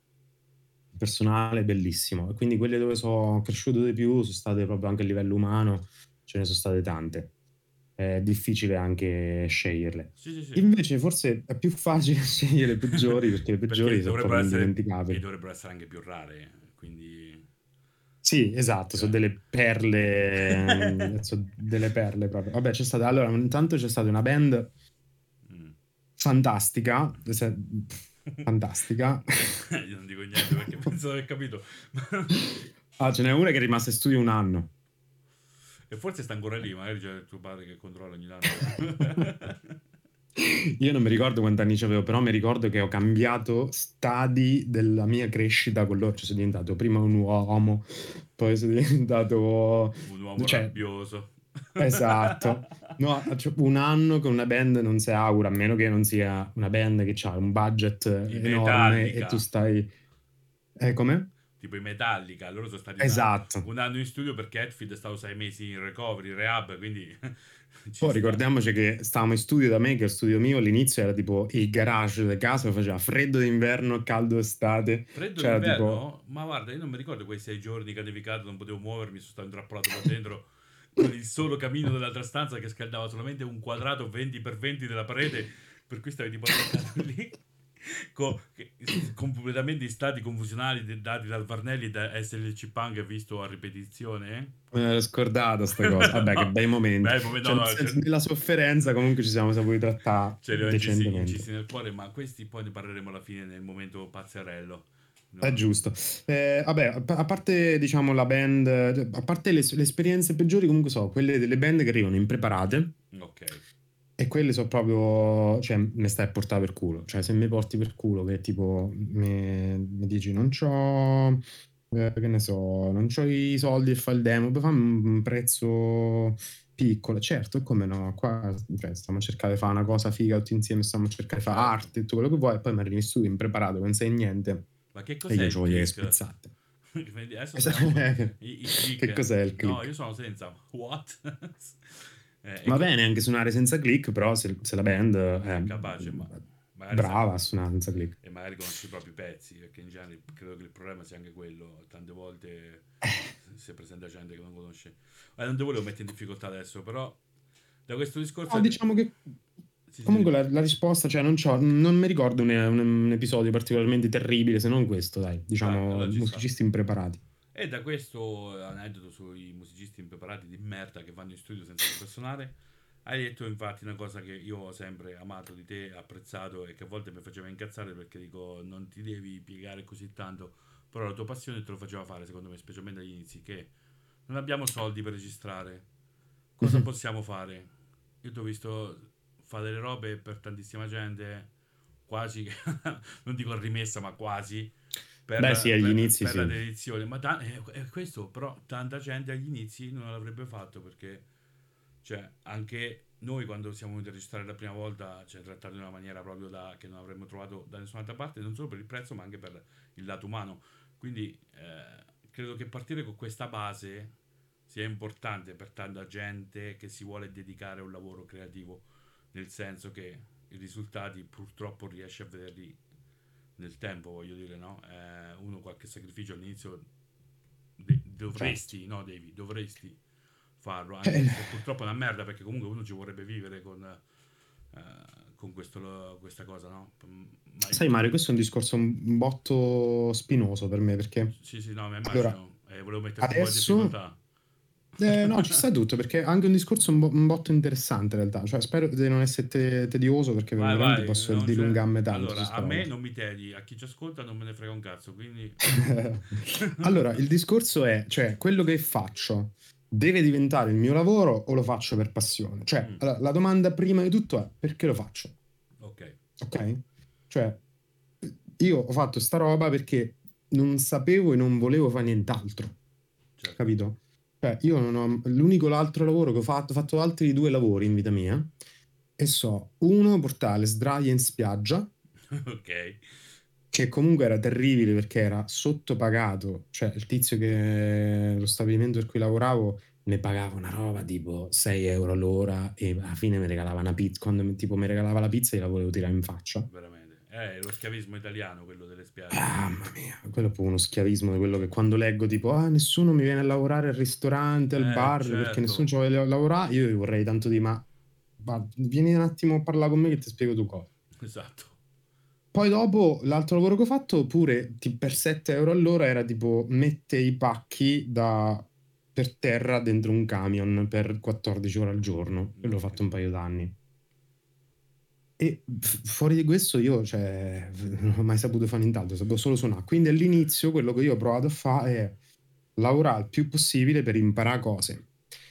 personale bellissimo, e quindi quelle dove sono cresciuto di più sono state proprio anche a livello umano, ce ne sono state tante, è difficile anche sceglierle. Sì. Invece forse è più facile scegliere le peggiori perché le peggiori sono proprio indimenticabili e dovrebbero essere anche più rare, quindi sì, esatto, sono delle perle proprio. Vabbè, c'è stata, allora, intanto c'è stata una band fantastica. Io non dico niente perché penso di aver capito. Ce n'è una che è rimasta in studio un anno. E forse sta ancora lì, magari c'è tuo padre che controlla ogni tanto. Io non mi ricordo quanti anni c'avevo, però mi ricordo che ho cambiato stadi della mia crescita con loro. Cioè, sono diventato prima un uomo, poi sono diventato un uomo rabbioso. Esatto. No, un anno con una band non si augura, a meno che non sia una band che ha un budget enorme e tu stai... come? Tipo i Metallica, loro sono stati un anno in studio perché Hetfield è stato 6 mesi in recovery, rehab, quindi... Poi ricordiamoci che stavamo in studio da me, che il studio mio all'inizio era tipo il garage di casa, faceva freddo d'inverno, caldo d'estate. Freddo d'inverno? Ma guarda, io non mi ricordo quei 6 giorni che ha nevicato, non potevo muovermi, sono stato intrappolato qua dentro con il solo camino dell'altra stanza che scaldava solamente un quadrato 20x20 della parete, per cui stavi tipo attaccato lì completamente in stati confusionali dati dal Varnelli e da SLC Punk visto a ripetizione. Scordata sta cosa. Vabbè, che bei momenti. Nella sofferenza comunque ci siamo saputi trattare decentemente. Incisi nel cuore, ma questi poi ne parleremo alla fine nel momento pazzerello. No. È giusto. Vabbè, a parte diciamo la band, a parte le esperienze peggiori, comunque so, quelle delle band che arrivano impreparate. Ok. E quelle sono proprio, cioè, mi stai a portare per culo. Cioè, se mi porti per culo, che tipo mi dici non c'ho, che ne so, non c'ho i soldi per fare il demo, poi fammi un prezzo piccolo. Certo, e come no, qua cioè, stiamo a cercare di fare una cosa figa tutti insieme, stiamo a cercare di fare arte, tutto quello che vuoi, e poi mi arrivi in studio impreparato, non sai niente. Ma che cos'è e io il ci voglio click? Spezzate. Che cos'è il click? No, io sono senza. What? Va bene anche suonare senza click, però se la band è capace, brava a suonare senza click e magari conosci i propri pezzi, perché in genere credo che il problema sia anche quello. Tante volte si presenta gente che non conosce. Non ti volevo mettere in difficoltà adesso, però da questo discorso diciamo che comunque la risposta, cioè non mi ricordo un episodio particolarmente terribile, se non questo, dai, diciamo allora musicisti impreparati. E da questo aneddoto sui musicisti impreparati di merda che vanno in studio senza suonare, hai detto infatti una cosa che io ho sempre amato di te, apprezzato e che a volte mi faceva incazzare perché dico non ti devi piegare così tanto, però la tua passione te lo faceva fare, secondo me, specialmente agli inizi, che non abbiamo soldi per registrare, cosa possiamo fare? Io ti ho visto fare delle robe per tantissima gente, quasi, non dico rimessa ma quasi. agli inizi per sì. la dedizione, ma questo però tanta gente agli inizi non l'avrebbe fatto, perché cioè anche noi quando siamo venuti a registrare la prima volta ci ha trattato in una maniera proprio che non avremmo trovato da nessun'altra parte, non solo per il prezzo ma anche per il lato umano, quindi credo che partire con questa base sia importante per tanta gente che si vuole dedicare a un lavoro creativo, nel senso che i risultati purtroppo riesci a vederli nel tempo, voglio dire, no? Uno qualche sacrificio all'inizio dovresti, certo. No, dovresti farlo, anche se purtroppo è una merda, perché comunque uno ci vorrebbe vivere con questa cosa, no? Sai Mario, questo è un discorso un botto spinoso per me, perché sì, no, mi immagino, volevo metterti adesso... un po' di difficoltà. No, ci sta tutto, perché è anche un discorso un botto interessante in realtà, cioè spero di non essere tedioso, perché veramente posso dilungarmi tanto. Allora, a me non mi tedi, a chi ci ascolta non me ne frega un cazzo, quindi... Allora, il discorso è, cioè, quello che faccio deve diventare il mio lavoro o lo faccio per passione? Cioè, la domanda prima di tutto è perché lo faccio? Ok? Cioè, io ho fatto sta roba perché non sapevo e non volevo fare nient'altro, certo. Capito? Cioè, io non ho l'unico altro lavoro che ho fatto altri 2 lavori in vita mia, e uno portare le sdraie in spiaggia, ok, che comunque era terribile perché era sottopagato, cioè il tizio che lo stabilimento per cui lavoravo ne pagava una roba tipo 6 euro l'ora e alla fine mi regalava una pizza. Quando tipo mi regalava la pizza gliela volevo tirare in faccia. Veramente. Lo schiavismo italiano, quello delle spiagge. Mamma mia, quello è proprio uno schiavismo di quello che quando leggo tipo nessuno mi viene a lavorare al ristorante, al bar, certo. Perché nessuno ci vuole lavorare. Io vorrei tanto ma vieni un attimo a parlare con me che ti spiego tu cosa. Esatto. Poi dopo l'altro lavoro che ho fatto pure per 7 euro all'ora era tipo mette i pacchi per terra dentro un camion per 14 ore al giorno. Quello l'ho fatto un paio d'anni. E fuori di questo io non ho mai saputo fare nient'altro, sapevo solo suonare. Quindi all'inizio quello che io ho provato a fare è lavorare il più possibile per imparare cose.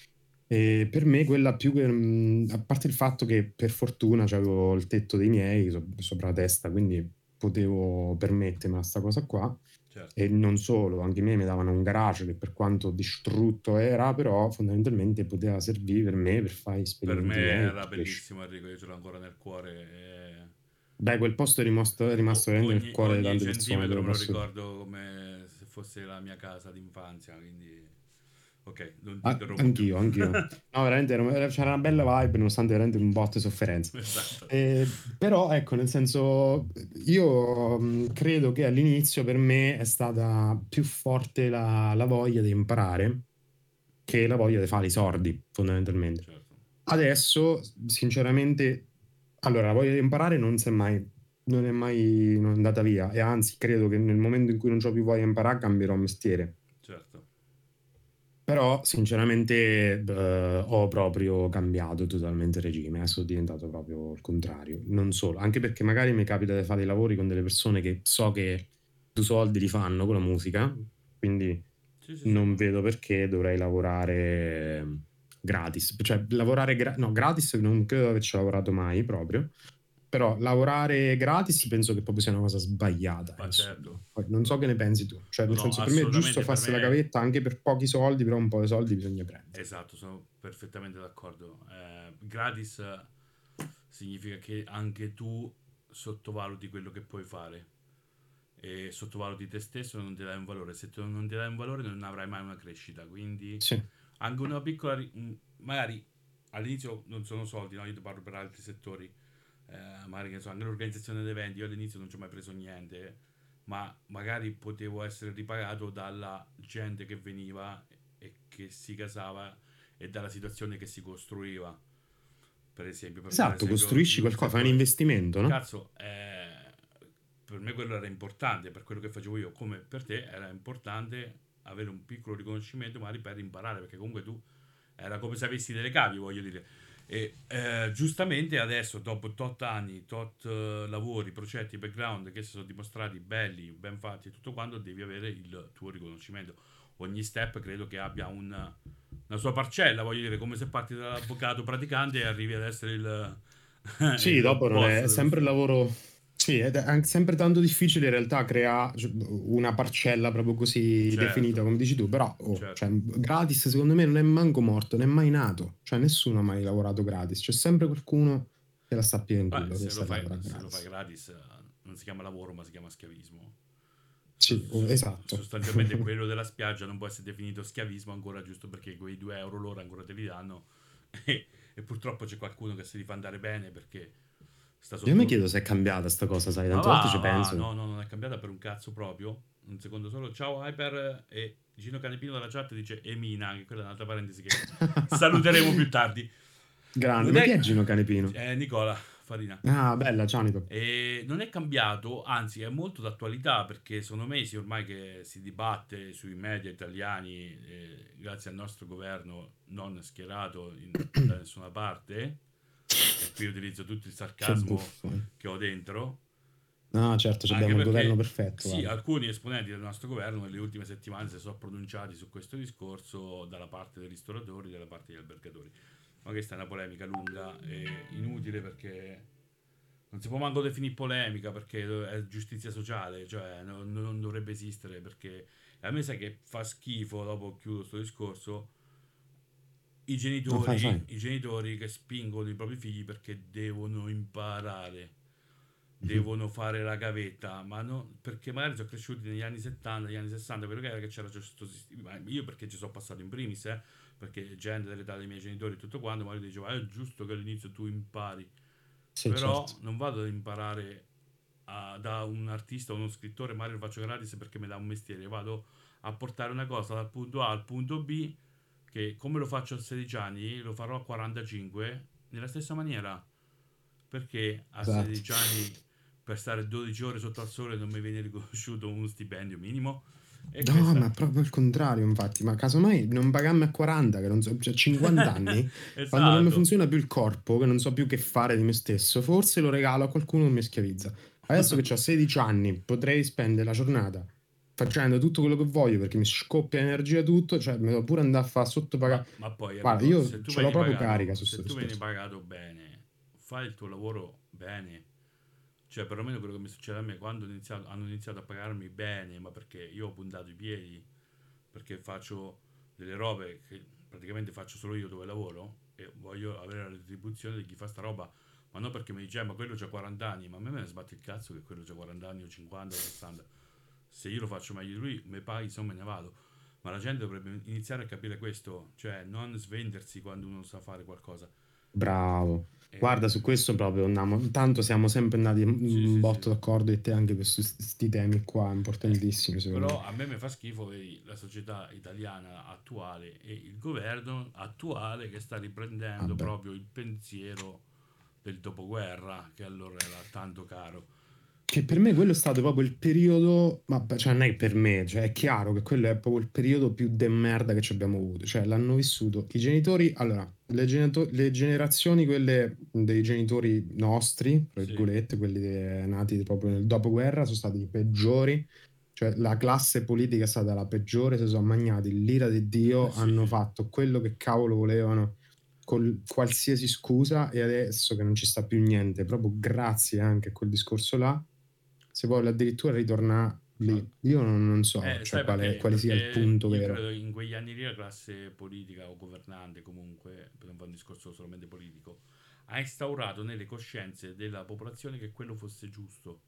E per me quella più a parte il fatto che per fortuna avevo il tetto dei miei sopra la testa, quindi potevo permettermi questa cosa qua. Certo. E non solo, anche i miei mi davano un garage che per quanto distrutto era, però fondamentalmente poteva servire per me per fare esperimenti. Per me era bellissimo, Enrico, io ce l'ho ancora nel cuore. Beh, quel posto è rimasto veramente nel cuore di tante persone. Me lo ricordo come se fosse la mia casa d'infanzia, quindi... Ok, non ti interrompo. Anch'io. No, veramente c'era una bella vibe, nonostante veramente un botto di sofferenza. Esatto. Però, ecco, nel senso, io credo che all'inizio per me è stata più forte la voglia di imparare che la voglia di fare i sordi, fondamentalmente. Certo. Adesso, sinceramente, allora, la voglia di imparare non è mai andata via, e anzi, credo che nel momento in cui non ho più voglia di imparare, cambierò mestiere. Certo. Però sinceramente ho proprio cambiato totalmente regime, sono diventato proprio il contrario, non solo, anche perché magari mi capita di fare dei lavori con delle persone che so che 2 soldi li fanno con la musica, quindi non vedo perché dovrei lavorare gratis, cioè lavorare gratis non credo di averci lavorato mai proprio, però lavorare gratis penso che proprio sia una cosa sbagliata. Certo. Non so che ne pensi tu, cioè nel senso per me è giusto farsi la gavetta anche per pochi soldi, però un po' di soldi bisogna prendere. Esatto, sono perfettamente d'accordo. Gratis significa che anche tu sottovaluti quello che puoi fare e sottovaluti te stesso e non ti dai un valore. Se tu non ti dai un valore non avrai mai una crescita, quindi anche una piccola magari all'inizio non sono soldi, no? Io ti parlo per altri settori. Magari che so, anche l'organizzazione di eventi, io all'inizio non ci ho mai preso niente, ma magari potevo essere ripagato dalla gente che veniva e che si casava e dalla situazione che si costruiva, per esempio. Costruisci qualcosa, fai un investimento, no? Cazzo, per me quello era importante, per quello che facevo io, come per te era importante avere un piccolo riconoscimento magari per imparare, perché comunque tu era come se avessi delle cavi, voglio dire. E giustamente adesso, dopo tot anni, lavori, progetti, background che si sono dimostrati belli, ben fatti e tutto quanto, devi avere il tuo riconoscimento. Ogni step credo che abbia una sua parcella, voglio dire, come se parti dall'avvocato praticante e arrivi ad essere il dopo non è sempre il lavoro Sì, ed è anche sempre tanto difficile in realtà creare una parcella proprio così definita, come dici tu, però cioè, gratis secondo me non è manco morto, non è mai nato, cioè nessuno ha mai lavorato gratis, c'è sempre qualcuno che la sta più in culo. Se lo fai gratis non si chiama lavoro ma si chiama schiavismo. Sì, esatto. Sostanzialmente quello della spiaggia non può essere definito schiavismo ancora, giusto perché quei 2 euro l'ora ancora te li danno e purtroppo c'è qualcuno che si li fa andare bene perché io mi chiedo se è cambiata sta cosa, sai, tante volte ci penso. No, non è cambiata per un cazzo proprio. Un secondo solo. Ciao Hyper, e Gino Canepino dalla chat dice Emina, che quella è un'altra parentesi che saluteremo più tardi. Grande, ma chi è Gino Canepino? Nicola Farina. Ah, bella, ciao Nico. E non è cambiato, anzi è molto d'attualità perché sono mesi ormai che si dibatte sui media italiani, grazie al nostro governo non schierato da nessuna parte. E qui utilizzo tutto il sarcasmo che ho dentro. No, certo, abbiamo il governo perfetto. Sì, alcuni esponenti del nostro governo nelle ultime settimane si sono pronunciati su questo discorso dalla parte dei ristoratori e dalla parte degli albergatori. Ma questa è una polemica lunga e inutile perché non si può manco definire polemica perché è giustizia sociale, cioè non dovrebbe esistere perché a me sai che fa schifo, dopo chiudo questo discorso, i genitori che spingono i propri figli perché devono imparare, devono fare la gavetta, ma no, perché magari sono cresciuti negli anni 70, negli anni 60, quello che era che c'era questo sistema. Io perché ci sono passato in primis, perché gente dell'età dei miei genitori e tutto quanto, magari diceva è giusto che all'inizio tu impari, sì, però certo. Non vado ad imparare da un artista o uno scrittore, magari lo faccio gratis perché mi dà un mestiere, vado a portare una cosa dal punto A al punto B che come lo faccio a 16 anni lo farò a 45 nella stessa maniera, perché a 16 anni per stare 12 ore sotto al sole non mi viene riconosciuto uno stipendio minimo. E no, questa... ma proprio il contrario, infatti, ma casomai non pagarmi a 40, che non so, cioè 50 anni, esatto. Quando non mi funziona più il corpo, che non so più che fare di me stesso, forse lo regalo a qualcuno che mi schiavizza. Adesso che ho 16 anni, potrei spendere la giornata facendo tutto quello che voglio perché mi scoppia energia tutto, cioè mi devo pure andare a fare sottopagato. Ma poi guarda, io ce l'ho proprio carica su se tu discorso. vieni pagato bene, fai il tuo lavoro bene. Cioè, perlomeno quello che mi succede a me quando hanno iniziato a pagarmi bene, ma perché io ho puntato i piedi, perché faccio delle robe che praticamente faccio solo io dove lavoro e voglio avere la retribuzione di chi fa sta roba, ma non perché mi dice ma quello c'ha 40 anni, ma a me ne sbatte il cazzo che quello c'ha 40 anni o 50 o 60. Se io lo faccio meglio di lui, mi paghi, insomma me ne vado. Ma la gente dovrebbe iniziare a capire questo, cioè non svendersi quando uno sa fare qualcosa. Bravo. Guarda, su questo proprio andiamo, tanto siamo sempre andati un botto d'accordo e te anche per questi temi qua importantissimi. Però a me fa schifo la società italiana attuale e il governo attuale che sta riprendendo proprio il pensiero del dopoguerra, che allora era tanto caro. Che per me quello è stato proprio il periodo, ma cioè non è per me, cioè è chiaro che quello è proprio il periodo più de merda che ci abbiamo avuto, cioè l'hanno vissuto i genitori, allora le generazioni, quelle dei genitori nostri, tra virgolette, quelli nati proprio nel dopoguerra, sono stati i peggiori, cioè la classe politica è stata la peggiore, si sono magnati l'ira di Dio, hanno fatto quello che cavolo volevano con qualsiasi scusa e adesso che non ci sta più niente, proprio grazie anche a quel discorso là, si vuole addirittura ritornare lì. Io non so cioè quale sia il punto vero. Credo in quegli anni lì la classe politica o governante, comunque, per non fare un discorso solamente politico, ha instaurato nelle coscienze della popolazione che quello fosse giusto.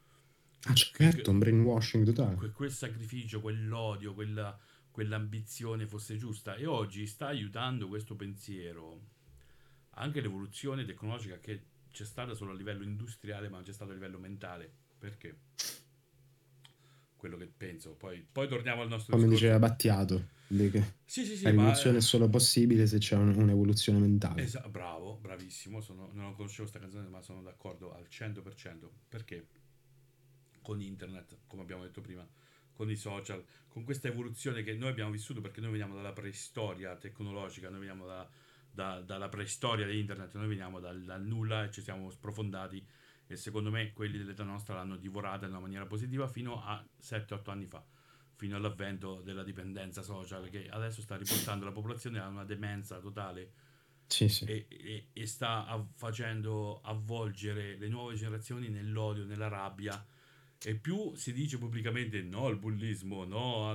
Ah, certo, un brainwashing totale. Quel sacrificio, quell'odio, quell'ambizione fosse giusta, e oggi sta aiutando questo pensiero anche l'evoluzione tecnologica che c'è stata solo a livello industriale, ma non c'è stato a livello mentale. Perché? Quello che penso. Poi torniamo al nostro come discorso. diceva Battiato, che sì, l'evoluzione è solo possibile se c'è un'evoluzione mentale. Bravo, bravissimo. Non conoscevo questa canzone, ma sono d'accordo al 100%. Perché con internet, come abbiamo detto prima, con i social, con questa evoluzione che noi abbiamo vissuto, perché noi veniamo dalla preistoria tecnologica, noi veniamo dalla preistoria di internet, noi veniamo dal nulla e ci siamo sprofondati, e secondo me quelli dell'età nostra l'hanno divorata in una maniera positiva fino a 7-8 anni fa, fino all'avvento della dipendenza social, che adesso sta riportando la popolazione a una demenza totale, Sì. E sta facendo avvolgere le nuove generazioni nell'odio, nella rabbia, e più si dice pubblicamente no al bullismo, no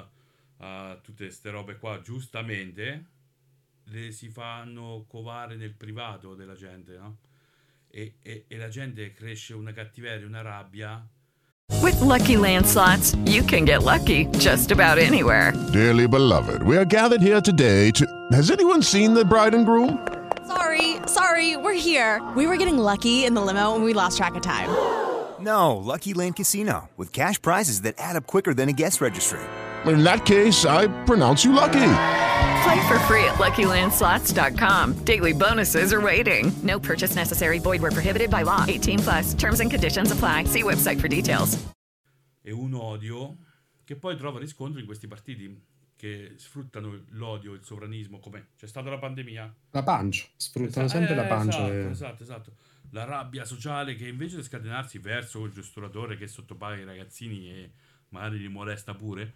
a tutte queste robe qua, giustamente le si fanno covare nel privato della gente, no? E la gente cresce una cattiveria, una rabbia. With Lucky Land Slots, you can get lucky just about anywhere. Dearly beloved, we are gathered here today to... Has anyone seen the bride and groom? Sorry, we're here. We were getting lucky in the limo and we lost track of time. No, Lucky Land Casino, with cash prizes that add up quicker than a guest registry. In that case, I pronounce you lucky. Play for free at LuckyLandSlots.com. Daily bonuses are waiting. No purchase necessary. Void where prohibited by law. 18+. Terms and conditions apply. See website for details. E un odio che poi trova riscontro in questi partiti che sfruttano l'odio, il sovranismo, come c'è stata la pandemia. La pancia, sfruttano sempre la pancia. Esatto. La rabbia sociale che invece di scatenarsi verso il ristoratore che sottopaga i ragazzini e magari li molesta pure,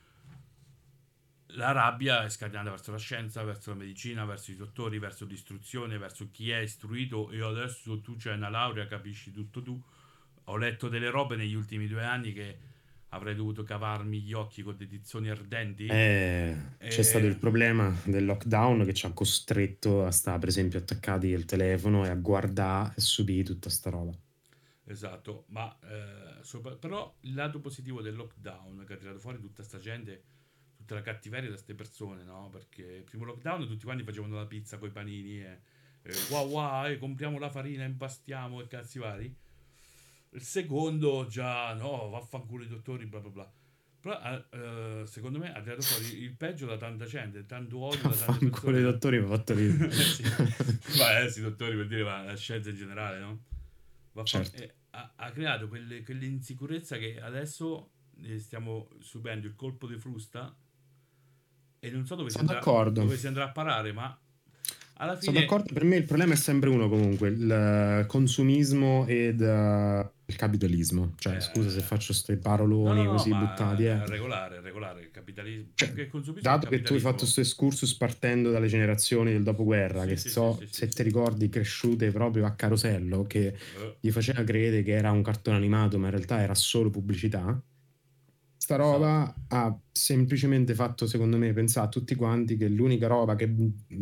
la rabbia è scatenata verso la scienza, verso la medicina, verso i dottori, verso l'istruzione, verso chi è istruito. E adesso tu c'hai una laurea, capisci tutto tu. Ho letto delle robe negli ultimi 2 anni che avrei dovuto cavarmi gli occhi con dei tizzoni ardenti. C'è stato il problema del lockdown che ci ha costretto a stare, per esempio, attaccati al telefono e a guardare e subire tutta sta roba. Esatto, ma però il lato positivo del lockdown che ha tirato fuori tutta sta gente, tutta la cattiveria da queste persone, no? Perché il primo lockdown tutti quanti facevano la pizza coi panini e compriamo la farina, impastiamo e cazzi vari. Il secondo già no, vaffanculo i dottori, bla bla bla. Però secondo me ha tirato fuori il peggio da tanta gente, tanto odio da tante persone. I dottori mi ha fatto ridere. Sì, dottori per dire la scienza in generale, no? Certo. Ha creato quell'insicurezza che adesso stiamo subendo il colpo di frusta e non so dove si andrà a parare, ma alla fine... Sono d'accordo, per me il problema è sempre uno comunque, il consumismo ed il capitalismo. Cioè, scusa se faccio questi paroloni così buttati. Regolare, il capitalismo. Cioè, dato che tu hai fatto questo excursus partendo dalle generazioni del dopoguerra, se ti ricordi cresciute proprio a carosello, che gli faceva credere che era un cartone animato, ma in realtà era solo pubblicità. Sta roba ha semplicemente fatto, secondo me, pensare a tutti quanti che l'unica roba che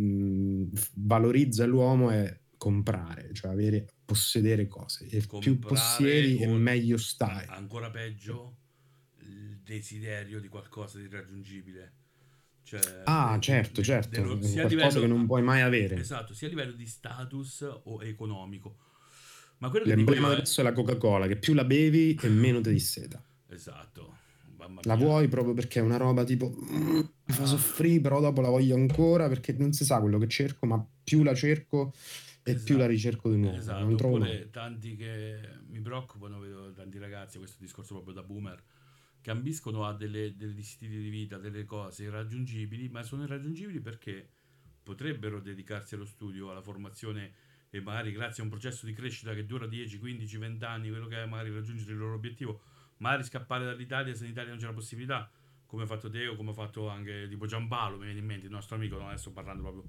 valorizza l'uomo è comprare, cioè possedere cose. E più possiedi e meglio stai. Ancora peggio, il desiderio di qualcosa di irraggiungibile. Cioè, certo. Qualcosa che non puoi mai avere. Esatto, sia a livello di status o economico. Ma quello l'emblema adesso è la Coca-Cola, che più la bevi e meno ti disseta. Esatto. La vuoi proprio perché è una roba tipo mi fa soffrire, però dopo la voglio ancora perché non si sa quello che cerco, ma più la cerco e più la ricerco di nuovo. Esatto, non trovo oppure tanti che mi preoccupano, vedo tanti ragazzi, questo discorso proprio da boomer, che ambiscono a delle stili di vita, delle cose irraggiungibili, ma sono irraggiungibili perché potrebbero dedicarsi allo studio, alla formazione e magari grazie a un processo di crescita che dura 10, 15, 20 anni, quello che è, magari raggiungere il loro obiettivo, magari scappare dall'Italia se in Italia non c'è la possibilità, come ha fatto te o come ha fatto anche tipo Giampaolo, mi viene in mente il nostro amico, no? Adesso parlando proprio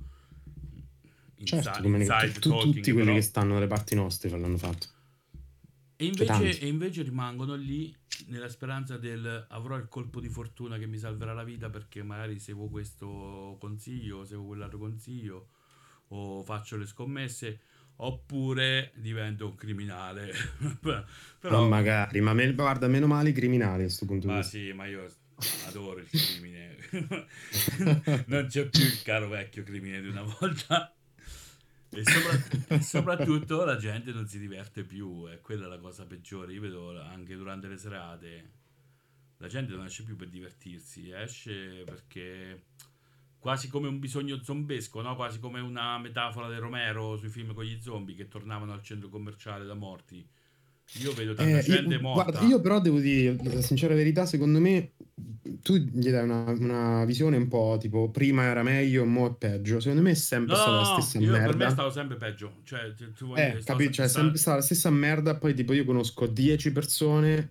tutti quelli che stanno dalle parti nostre l'hanno fatto. E invece rimangono lì nella speranza del avrò il colpo di fortuna che mi salverà la vita perché magari seguo questo consiglio, seguo quell'altro consiglio o faccio le scommesse, oppure divento un criminale. Però magari, ma guarda, meno male i criminali a questo punto di vista. Sì, ma io adoro il crimine. Non c'è più il caro vecchio crimine di una volta. E soprattutto la gente non si diverte più, e quella è la cosa peggiore. Io vedo anche durante le serate la gente non esce più per divertirsi, esce perché quasi come un bisogno zombesco, no? Quasi come una metafora del Romero sui film con gli zombie che tornavano al centro commerciale da morti. Io vedo tanta gente morta. Guarda, io però devo dire la sincera verità, secondo me tu gli dai una visione un po' tipo prima era meglio, mo è peggio. Secondo me è sempre stata la stessa merda. Per me è stato sempre peggio. Cioè, tu vuoi dire, è sempre stata la stessa merda. Poi tipo io conosco 10 persone.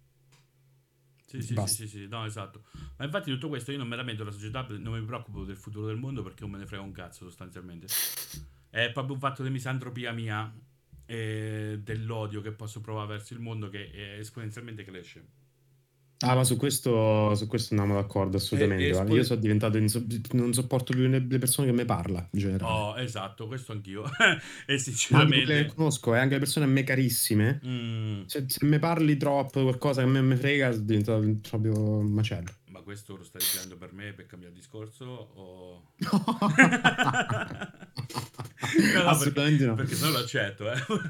Sì, no, esatto. Ma infatti tutto questo io non me la metto la società, non mi preoccupo del futuro del mondo perché non me ne frega un cazzo sostanzialmente. È proprio un fatto di misantropia mia e dell'odio che posso provare verso il mondo che esponenzialmente cresce. Ah, ma su questo andiamo d'accordo assolutamente. Guarda, io sono diventato non sopporto più le persone che mi parla in generale. Oh, esatto, questo anch'io. E Ma anche sinceramente quelle che conosco, anche le persone a me carissime. Se mi parli troppo, qualcosa che a me mi frega, è diventato proprio un macello. Ma questo lo stai dicendo per me per cambiare discorso o no, assolutamente no. Perché sennò lo accetto,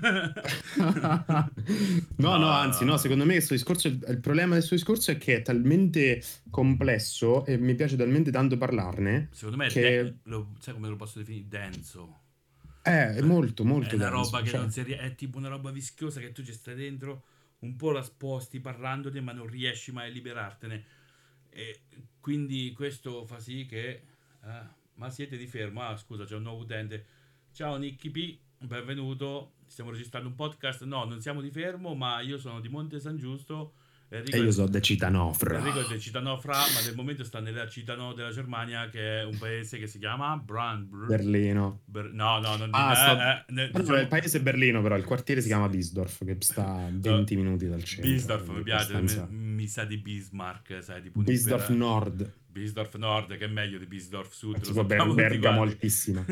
no, anzi, no, secondo me questo discorso, il problema del suo discorso è che è talmente complesso e mi piace talmente tanto parlarne. Secondo me che sai come lo posso definire? Denso. È molto è una denso, roba che cioè. non si è tipo una roba vischiosa che tu ci stai dentro, un po' la sposti parlandone, ma non riesci mai a liberartene. E quindi questo fa sì che ma siete di fermo? Scusa, c'è un nuovo utente. Ciao Nicky P, benvenuto, stiamo registrando un podcast. No, non siamo di fermo, ma io sono di Monte San Giusto. E io sono da Citanofra. Enrico è di Citanofra, ma nel momento sta nella Citano della Germania, che è un paese che si chiama Berlino. No, non diciamo... il paese è Berlino, però il quartiere si chiama Biesdorf, che sta a 20 minuti dal centro. Biesdorf mi piace, mi sa di Bismarck, sai, tipo Biesdorf Nord. Biesdorf Nord, che è meglio di Biesdorf Sud. Tipo Bergamo altissima.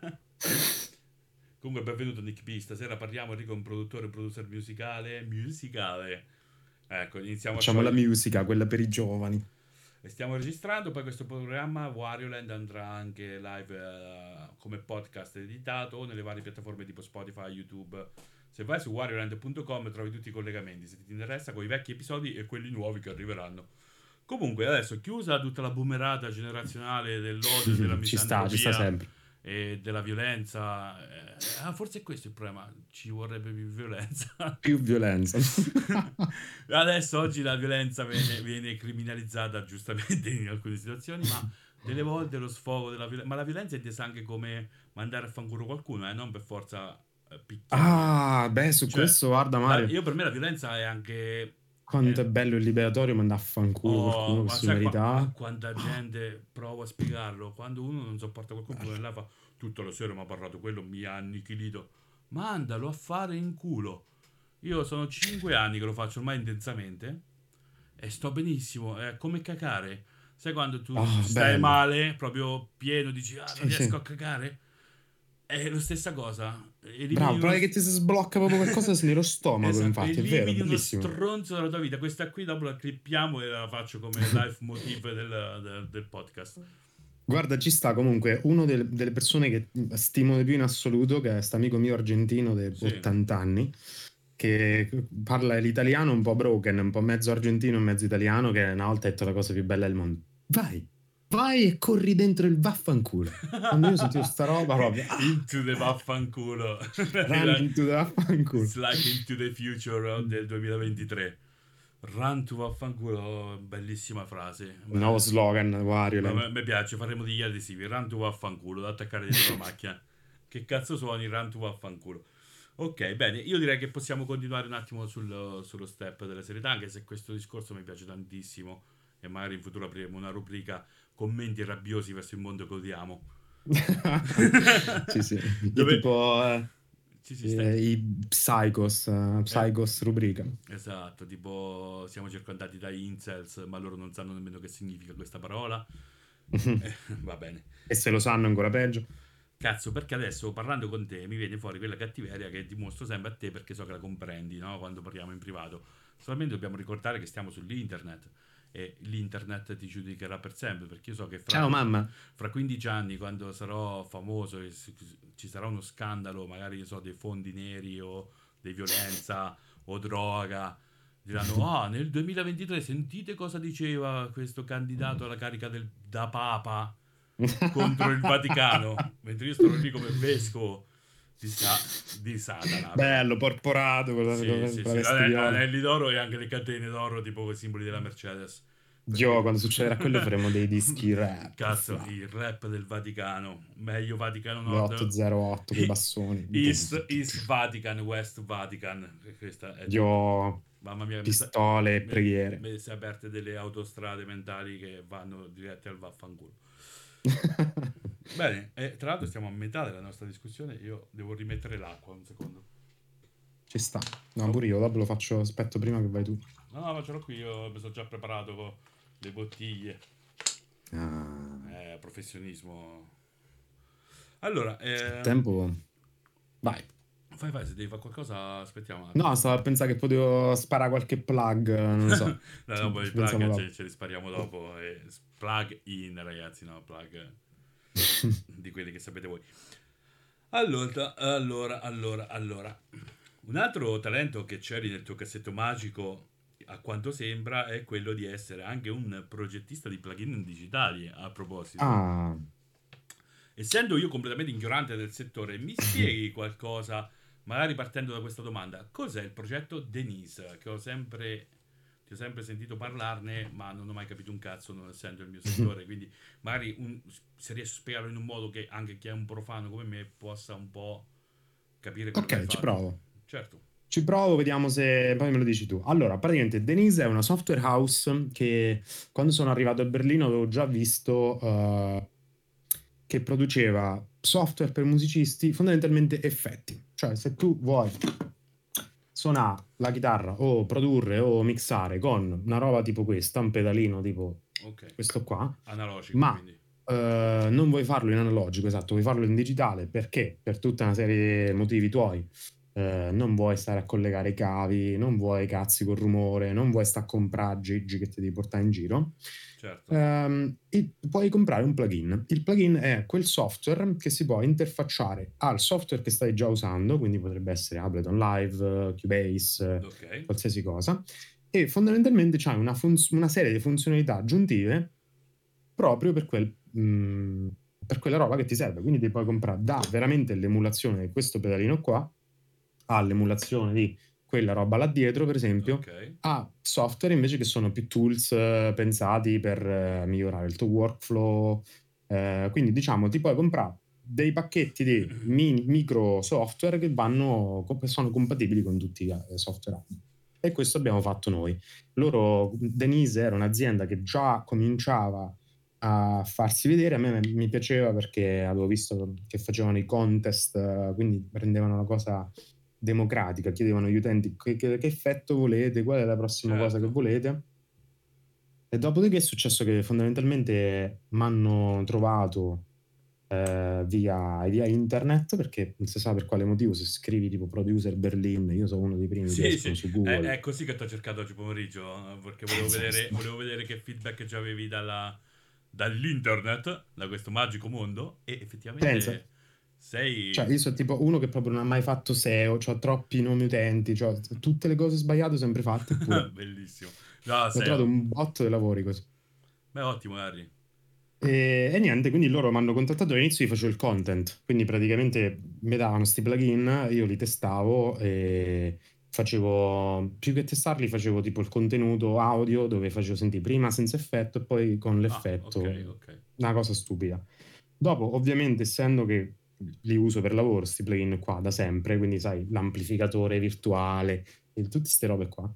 Comunque benvenuto Nick P, stasera parliamo Enrico, un producer musicale. Ecco, iniziamo. Facciamo la musica, quella per i giovani. E stiamo registrando, poi questo programma Warioland andrà anche live come podcast editato o nelle varie piattaforme tipo Spotify, YouTube. Se vai su warioland.com trovi tutti i collegamenti, se ti interessa, con i vecchi episodi e quelli nuovi che arriveranno. Comunque adesso, chiusa tutta la boomerata generazionale dell'odio, della misantropia, ci sta sempre. E della violenza, forse è questo il problema, ci vorrebbe più violenza. Più violenza. Adesso oggi la violenza viene criminalizzata giustamente in alcune situazioni, ma delle volte lo sfogo della violenza, ma la violenza è intesa anche come mandare a fanculo qualcuno, non per forza picchiare. Su questo guarda Mario, per me la violenza è anche quanto è bello il liberatorio mandare a fanculo qualcuno che si merita. Quanta gente, provo a spiegarlo, quando uno non sopporta qualcuno là fa tutta la sera mi ha parlato quello, mi ha annichilito, mandalo a fare in culo. Io sono 5 anni che lo faccio ormai intensamente e sto benissimo, è come cacare. Sai quando tu stai male, proprio pieno, dici non riesco a cacare? È la stessa cosa. Bravo, provi che ti si sblocca proprio qualcosa nello stomaco, esatto, infatti, è vero, uno bellissimo. stronzo della tua vita. Questa qui dopo la clippiamo e la faccio come life motive del podcast. Guarda, ci sta comunque uno delle persone che stimo di più in assoluto, che è questo amico mio argentino di 80 anni, che parla l'italiano un po' broken, un po' mezzo argentino e mezzo italiano, che una volta ha detto la cosa più bella del mondo. Vai e corri dentro il vaffanculo. Quando io sentivo sta roba proprio into the vaffanculo. Run into the vaffanculo. It's like Into the Future del 2023. Run to vaffanculo, bellissima frase. Nuovo slogan Wario. Mi piace, faremo degli adesivi. Run to vaffanculo da attaccare dietro la macchina. Che cazzo suoni Run to vaffanculo? Ok, bene, io direi che possiamo continuare un attimo sullo step della serietà, anche se questo discorso mi piace tantissimo e magari in futuro apriremo una rubrica commenti rabbiosi verso il mondo che odiamo. sì. Tipo i Psychos rubrica. Esatto, tipo siamo circondati dai incels, ma loro non sanno nemmeno che significa questa parola. Va bene. E se lo sanno ancora peggio. Cazzo, perché adesso parlando con te mi viene fuori quella cattiveria che dimostro sempre a te, perché so che la comprendi, no? Quando parliamo in privato. Solamente dobbiamo ricordare che stiamo sull'internet e l'internet ti giudicherà per sempre, perché io so che ciao mamma, fra 15 anni, quando sarò famoso e ci sarà uno scandalo, magari dei fondi neri o di violenza o droga, diranno nel 2023 sentite cosa diceva questo candidato alla carica da papa contro il Vaticano, mentre io sto lì come vescovo di Satana. Bello, porporato con l'anelli d'oro e anche le catene d'oro tipo i simboli della Mercedes. Quando succederà quello faremo dei dischi rap. Cazzo, il rap del Vaticano. Meglio Vaticano Nord. 808 con i bassoni. East Vatican, West Vatican. Questa è mamma mia, pistole e preghiere. Si è aperte delle autostrade mentali che vanno dirette al vaffanculo. Bene, tra l'altro stiamo a metà della nostra discussione, io devo rimettere l'acqua un secondo. Ci sta. No, pure io, dopo lo faccio, aspetto prima che vai tu. No, faccialo qui, io mi sono già preparato con le bottiglie. Professionismo. Allora, tempo. Vai. Fai, se devi fare qualcosa, aspettiamo. No, stavo a pensare che potevo sparare qualche plug, non lo so. No, poi i plug ce li spariamo dopo. Plug in, ragazzi, no, plug di quelli che sapete voi. Allora. Un altro talento che c'eri nel tuo cassetto magico, a quanto sembra, è quello di essere anche un progettista di plugin digitali, a proposito. Essendo io completamente ignorante del settore, mi spieghi qualcosa, magari partendo da questa domanda: cos'è il progetto Denise? Che ti ho sempre sentito parlarne, ma non ho mai capito un cazzo, non essendo il mio settore. Quindi magari se riesci a spiegarlo in un modo che anche chi è un profano come me possa un po' capire quello che hai fatto. Ok, ci provo. Certo. Ci provo, vediamo se poi me lo dici tu. Allora, praticamente Denise è una software house che quando sono arrivato a Berlino avevo già visto che produceva software per musicisti, fondamentalmente effetti. Cioè, se tu vuoi suonare la chitarra o produrre o mixare con una roba tipo questa, un pedalino tipo questo qua, analogico, ma quindi. Non vuoi farlo in analogico, esatto, vuoi farlo in digitale perché per tutta una serie di motivi tuoi non vuoi stare a collegare i cavi, non vuoi cazzi col rumore, non vuoi stare a comprare Gigi che ti devi portare in giro. Certo. Puoi comprare un plugin. Il plugin è quel software che si può interfacciare al software che stai già usando, quindi potrebbe essere Ableton Live, Cubase, qualsiasi cosa, e fondamentalmente c'hai una serie di funzionalità aggiuntive proprio per quella roba che ti serve. Quindi ti puoi comprare da veramente l'emulazione di questo pedalino qua all'emulazione di quella roba là dietro, per esempio, a software invece che sono più tools pensati per migliorare il tuo workflow. Quindi diciamo ti puoi comprare dei pacchetti di micro software che sono compatibili con tutti i software. E questo abbiamo fatto noi. Denise era un'azienda che già cominciava a farsi vedere. A me mi piaceva perché avevo visto che facevano i contest, quindi prendevano una cosa democratica, chiedevano agli utenti che effetto volete, qual è la prossima cosa che volete. E dopodiché è successo che fondamentalmente mi hanno trovato via internet, perché non si sa per quale motivo, se scrivi tipo producer Berlin, io sono uno dei primi che escono su Google. È così che ti ho cercato oggi pomeriggio, perché volevo vedere che feedback già avevi dall'internet, da questo magico mondo, e effettivamente sei... Cioè io sono tipo uno che proprio non ha mai fatto SEO, ho troppi nomi utenti, tutte le cose sbagliate sempre fatte. Bellissimo. No, ho trovato un botto di lavori così. Beh, ottimo, Harry. E niente, quindi loro mi hanno contattato. All'inizio io facevo il content, quindi praticamente mi davano sti plugin, io li testavo e facevo, più che testarli, facevo tipo il contenuto audio dove facevo sentire prima senza effetto e poi con l'effetto. Una cosa stupida. Dopo, ovviamente, essendo che li uso per lavoro sti plugin qua da sempre, quindi sai, l'amplificatore virtuale e tutte queste robe qua,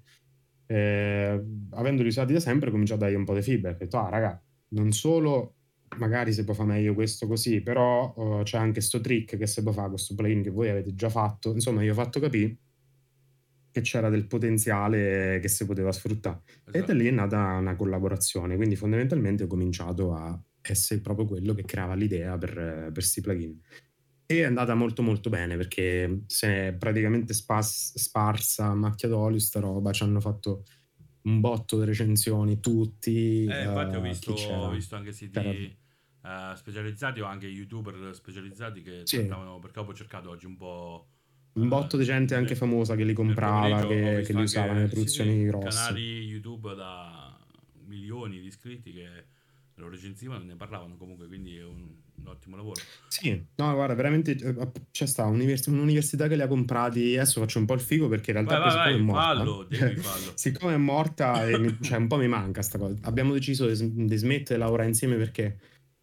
avendoli usati da sempre ho cominciato a dargli un po' di feedback. Ho detto, raga, non solo magari si può fare meglio questo così, però c'è anche sto trick che si può fare, questo plugin che voi avete già fatto. Insomma, io ho fatto capire che c'era del potenziale che si poteva sfruttare. E da lì è nata una collaborazione, quindi fondamentalmente ho cominciato a essere proprio quello che creava l'idea per sti plugin. E è andata molto molto bene, perché se ne è praticamente sparsa a macchia d'olio sta roba, ci hanno fatto un botto di recensioni tutti. Infatti ho visto anche siti specializzati o anche youtuber specializzati che trattavano, perché ho cercato oggi un po'... Un botto di gente anche famosa che li comprava, che li usava nelle produzioni grosse. Canali YouTube da milioni di iscritti che lo recensivano e ne parlavano comunque, quindi è un ottimo lavoro. Sì, no, guarda, veramente c'è sta un'università che li ha comprati. Adesso faccio un po' il figo perché in realtà è morta. Devi farlo. Siccome è morta un po' mi manca sta cosa. Abbiamo deciso di smettere di lavorare insieme perché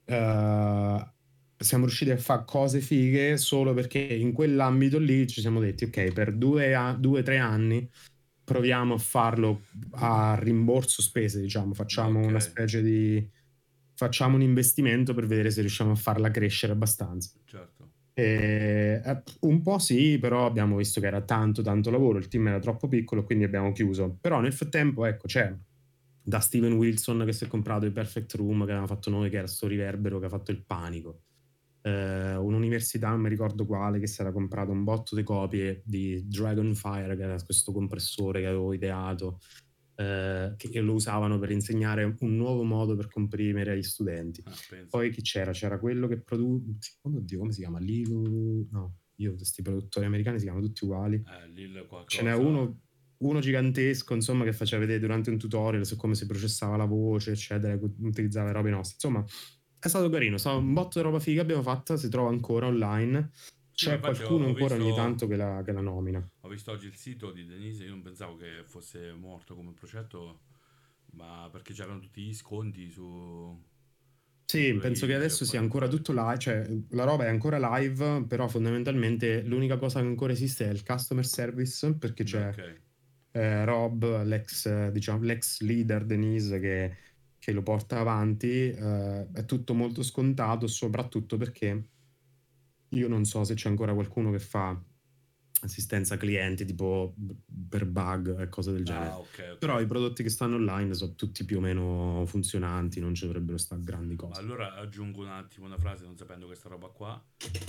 siamo riusciti a fare cose fighe solo perché in quell'ambito lì ci siamo detti ok, per 2-3 anni proviamo a farlo a rimborso spese, diciamo, facciamo una specie di facciamo un investimento per vedere se riusciamo a farla crescere abbastanza. Certo. Un po' sì, però abbiamo visto che era tanto lavoro, il team era troppo piccolo, quindi abbiamo chiuso. Però nel frattempo, ecco, c'è da Steven Wilson che si è comprato il Perfect Room che avevamo fatto noi, che era sto riverbero che ha fatto il panico. Un'università, non mi ricordo quale, che si era comprato un botto di copie di Dragonfire, che era questo compressore che avevo ideato, che lo usavano per insegnare un nuovo modo per comprimere agli studenti. Poi chi c'era? C'era quello che produce, oddio, come si chiama? Questi produttori americani si chiamano tutti uguali. Ce n'è uno gigantesco, insomma, che faceva vedere durante un tutorial su come si processava la voce, eccetera, utilizzava le robe nostre. Insomma, è stato carino, un botto di roba figa abbiamo fatto, si trova ancora online. C'è qualcuno ancora ogni tanto che la nomina. Ho visto oggi il sito di Denise, io non pensavo che fosse morto come progetto, ma perché c'erano tutti gli sconti su... Sì, penso che adesso sia ancora tutto live, cioè la roba è ancora live, però fondamentalmente l'unica cosa che ancora esiste è il customer service, perché c'è Rob, l'ex leader Denise che lo porta avanti. È tutto molto scontato, soprattutto perché io non so se c'è ancora qualcuno che fa assistenza clienti tipo per bug e cose del genere. Okay. Però i prodotti che stanno online sono tutti più o meno funzionanti, non ci dovrebbero stare grandi cose. Allora aggiungo un attimo una frase, non sapendo questa roba qua.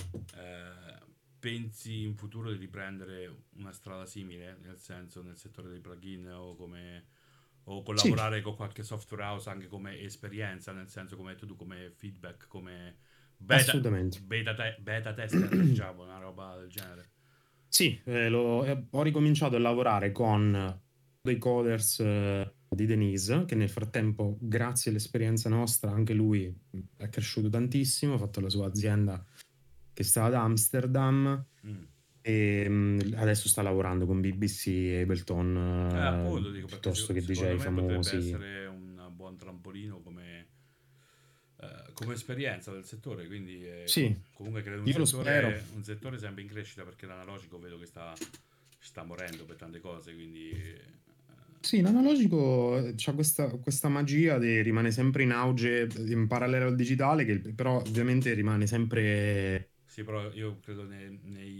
Pensi in futuro di riprendere una strada simile, nel senso nel settore dei plugin o collaborare con qualche software house anche come esperienza, nel senso come tu come feedback, come beta tester, diciamo, una roba del genere? Sì, ho ricominciato a lavorare con dei coders di Denise, che nel frattempo, grazie all'esperienza nostra, anche lui è cresciuto tantissimo, ha fatto la sua azienda che sta ad Amsterdam e adesso sta lavorando con BBC e Ableton, appunto, dico, piuttosto che DJ potrebbe famosi. essere un buon trampolino come esperienza del settore, quindi sì, comunque credo un settore sempre in crescita, perché l'analogico vedo che sta morendo per tante cose, quindi sì, l'analogico c'ha questa magia di rimane sempre in auge in parallelo al digitale, che però ovviamente rimane sempre... Sì, però io credo nel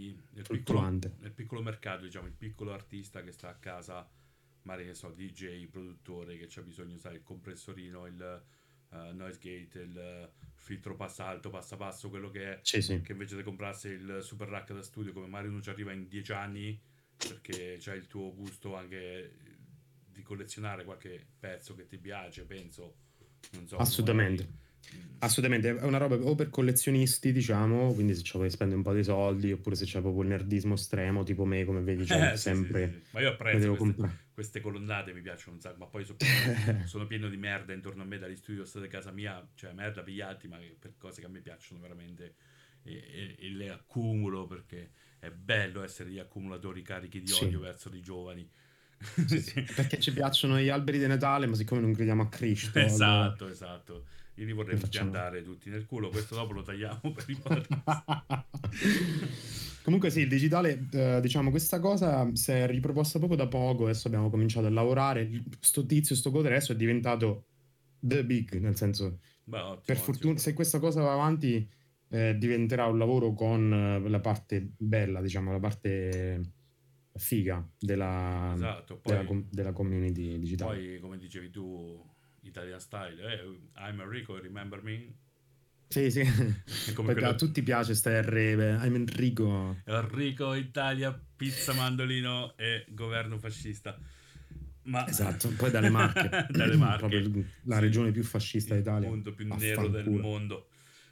piccolo mercato, diciamo, il piccolo artista che sta a casa, magari che so, DJ, produttore, che c'ha bisogno, sai, il compressorino, il noise gate, il filtro passa alto, passa basso, quello che è, sì. Che invece di comprarsi il super rack da studio, come magari non ci arriva in 10 anni, perché c'hai il tuo gusto anche di collezionare qualche pezzo che ti piace, penso, non so. Assolutamente, è una roba o per collezionisti, diciamo, quindi se ci vuoi spendere un po' di soldi, oppure se c'è proprio il nerdismo estremo, tipo me, come vedi, c'è sempre... Sì. Ma io apprezzo queste colonnate, mi piacciono un sacco, ma poi sono pieno di merda intorno a me dagli studios di casa mia, cioè merda pigliati, ma per cose che a me piacciono veramente, e le accumulo, perché è bello essere gli accumulatori carichi di odio verso i giovani. Sì, perché ci piacciono gli alberi di Natale, ma siccome non crediamo a Cristo... Esatto. Io li vorrei piantare tutti nel culo. Questo dopo lo tagliamo per i podcast. Comunque sì, il digitale, diciamo, questa cosa si è riproposta proprio da poco. Adesso abbiamo cominciato a lavorare. Sto coder adesso è diventato the big, nel senso, per fortuna, se questa cosa va avanti, diventerà un lavoro con la parte bella, diciamo, la parte figa della community digitale. Poi, come dicevi tu, Italian Style, I'm Enrico, remember me? Sì. Perché a tutti piace sta I'm Enrico, Italia, pizza, mandolino e governo fascista. Esatto, poi dalle Marche. Proprio la regione più fascista d'Italia. Il punto più nero del mondo.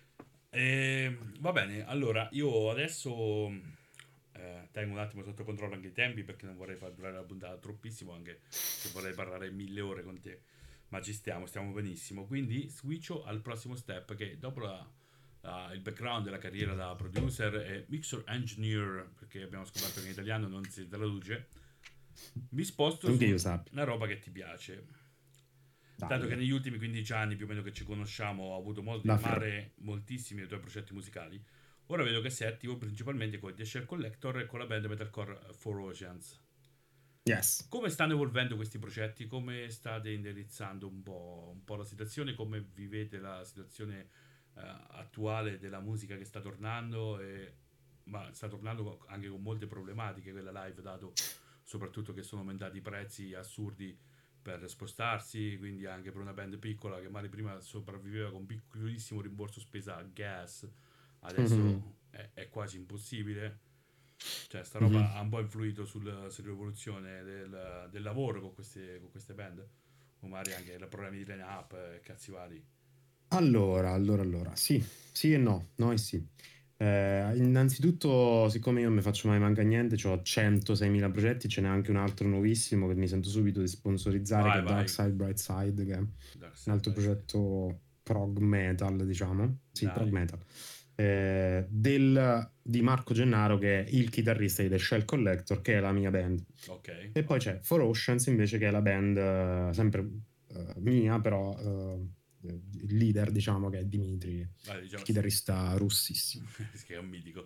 Va bene, allora io adesso tengo un attimo sotto controllo anche i tempi, perché non vorrei far durare la puntata troppissimo, anche se vorrei parlare 1000 ore con te. Ma ci stiamo benissimo, quindi switcho al prossimo step, che dopo il background della carriera da producer e mixer engineer, perché abbiamo scoperto che in italiano non si traduce, mi sposto su una roba che ti piace. Tanto che negli ultimi 15 anni più o meno che ci conosciamo ho avuto modo di amare moltissimi dei tuoi progetti musicali. Ora vedo che sei attivo principalmente con The Shell Collector e con la band metalcore 4 Oceans. Yes. Come stanno evolvendo questi progetti? Come state indirizzando un po' la situazione? Come vivete la situazione attuale della musica che sta tornando? Ma sta tornando anche con molte problematiche quella live, dato soprattutto che sono aumentati i prezzi assurdi per spostarsi, quindi anche per una band piccola che magari prima sopravviveva con piccolissimo rimborso spesa a gas, adesso è quasi impossibile. Cioè, sta roba ha un po' influito sull'evoluzione del lavoro con queste band, o magari anche i problemi di line-up e cazzi vari. Allora, sì e no e sì. Innanzitutto, siccome io non mi faccio mai manca niente, ho 106.000 progetti, ce n'è anche un altro nuovissimo che mi sento subito di sponsorizzare, che è Dark Side Bright Side, che è un altro progetto prog metal, diciamo. Sì, prog metal. Di Marco Gennaro, che è il chitarrista di The Shell Collector, che è la mia band. E poi c'è For Oceans invece, che è la band sempre mia, però il leader, diciamo, che è Dimitri, diciamo, chitarrista russissimo. Che è un mitico.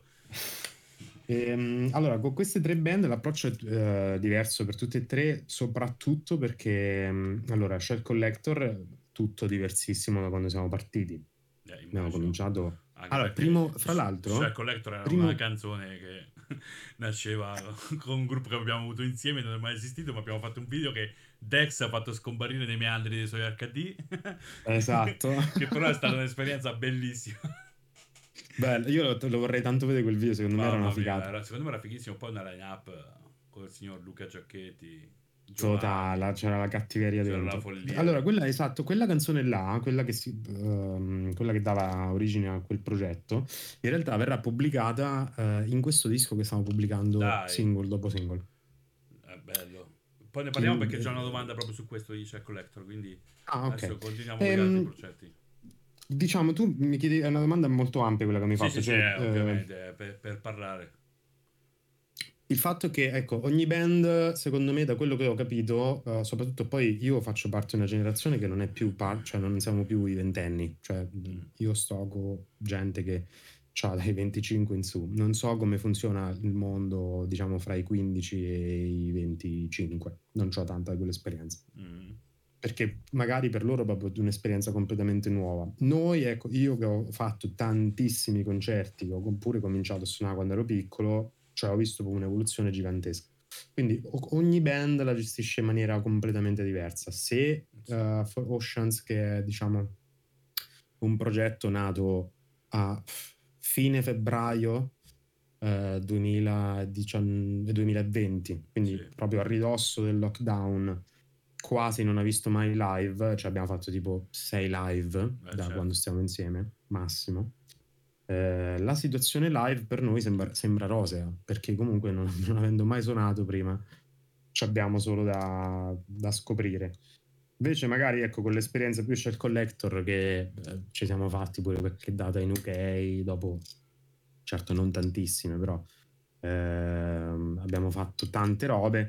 Allora, con queste 3 band l'approccio è diverso per tutte e 3, soprattutto perché allora Shell Collector tutto diversissimo da quando siamo partiti. Abbiamo cominciato allora, primo, fra l'altro, Shell Collector era una canzone che nasceva con un gruppo che abbiamo avuto insieme, non è mai esistito, ma abbiamo fatto un video che Dex ha fatto scomparire nei meandri dei suoi HD. Esatto. Che però è stata un'esperienza bellissima. Bello, io lo vorrei tanto vedere quel video, secondo me era una figata. Secondo me era fighissimo, poi una line-up con il signor Luca Giacchetti. Totale, c'era la cattiveria dentro. Allora, quella canzone là, quella che dava origine a quel progetto, in realtà verrà pubblicata in questo disco che stiamo pubblicando single dopo single. Bello. Poi ne parliamo perché c'è una domanda proprio su questo di Shell Collector, quindi adesso continuiamo con gli altri progetti. Diciamo, tu mi chiedi, è una domanda molto ampia quella che mi hai fatto. Sì, ovviamente, per parlare. Il fatto che, ecco, ogni band, secondo me, da quello che ho capito, soprattutto poi io faccio parte di una generazione che non è più, cioè non siamo più i ventenni, cioè io sto con gente che ha dai 25 in su, non so come funziona il mondo, diciamo, fra i 15 e i 25, non ho tanta di quell'esperienza. Perché magari per loro è proprio un'esperienza completamente nuova. Noi, ecco, io che ho fatto tantissimi concerti, ho pure cominciato a suonare quando ero piccolo, cioè ho visto un'evoluzione gigantesca. Quindi ogni band la gestisce in maniera completamente diversa. Se For Oceans, che è, diciamo, un progetto nato a fine febbraio 2020, quindi proprio a ridosso del lockdown, quasi non ha visto mai live, cioè abbiamo fatto tipo 6 live quando stiamo insieme, massimo. La situazione live per noi sembra rosea, perché comunque non avendo mai suonato prima ci abbiamo solo da scoprire. Invece magari, ecco, con l'esperienza più Shell Collector, che ci siamo fatti pure qualche data in UK, dopo, certo non tantissime, però abbiamo fatto tante robe.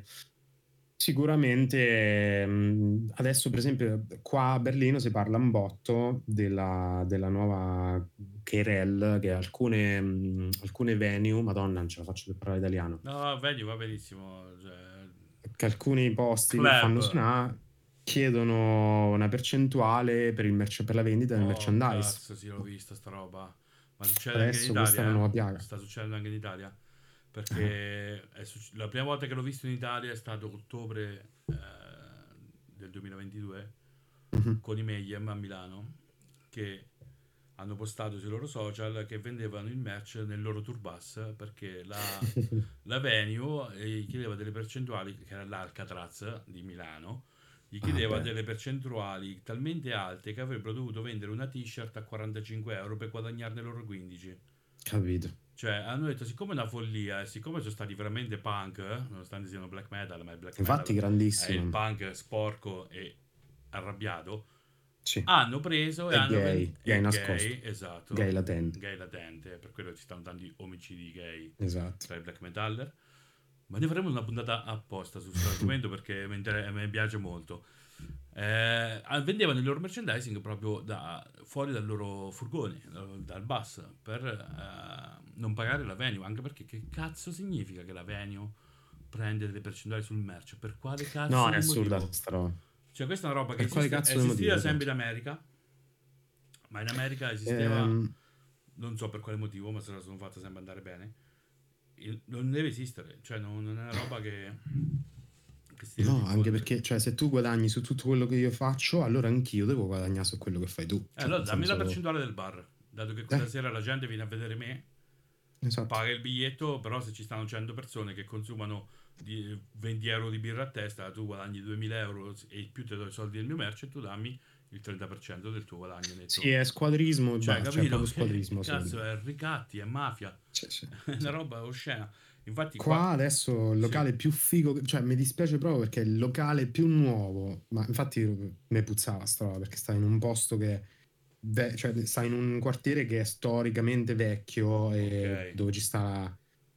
Sicuramente adesso, per esempio, qua a Berlino si parla un botto della nuova Kerel, che alcune venue, madonna, non ce la faccio per parlare italiano. No, venue va benissimo. Che alcuni posti che fanno suonare chiedono una percentuale per la vendita del merchandise. Cazzo, sì, l'ho vista sta roba. Ma succede adesso anche in Italia? Questa è una nuova piaga. Sta succedendo anche in Italia? Perché la prima volta che l'ho visto in Italia è stato ottobre del 2022 con i Mayhem a Milano, che hanno postato sui loro social che vendevano il merch nel loro tourbus, perché la venue gli chiedeva delle percentuali, che era l'Alcatraz di Milano, gli chiedeva delle percentuali talmente alte che avrebbero dovuto vendere una t-shirt a 45 euro per guadagnarne loro 15. Capito. Cioè, hanno detto, siccome è una follia e siccome sono stati veramente punk, nonostante siano black metal, ma il black infatti metal grandissimo, è il punk sporco e arrabbiato, sì. Hanno preso e hanno gay nascosto, esatto, gay latente, per quello ci stanno tanti omicidi gay, esatto, tra i black metaller. Ma ne faremo una puntata apposta su questo argomento perché mi piace molto. Vendevano il loro merchandising proprio fuori dal loro furgone, dal bus, per non pagare la venue, anche perché che cazzo significa che la venue prende delle percentuali sul merch. Per quale cazzo? No, è assurda sta roba. Cioè, questa è una roba che Per quale cazzo di esisteva motivo, sempre in America, ma in America esisteva, non so per quale motivo, ma se la sono fatta sempre andare bene. Non deve esistere, cioè non è una roba che no, anche perché cioè, se tu guadagni su tutto quello che io faccio, allora anch'io devo guadagnare su quello che fai tu. Cioè, allora dammi la percentuale del bar, dato che quella sera la gente viene a vedere me, esatto. paga il biglietto, però se ci stanno 100 persone che consumano 20 euro di birra a testa, tu guadagni 2000 euro e più te do i soldi del mio merce e tu dammi il 30% del tuo guadagno netto. Sì, è squadrismo, cioè, capito? Squadrismo, cazzo, è ricatti, è mafia, è una roba oscena. Infatti qua adesso il locale più figo, cioè mi dispiace proprio perché è il locale più nuovo, ma infatti mi puzzava sta roba perché sta in un posto che cioè sta in un quartiere che è storicamente vecchio e dove ci sta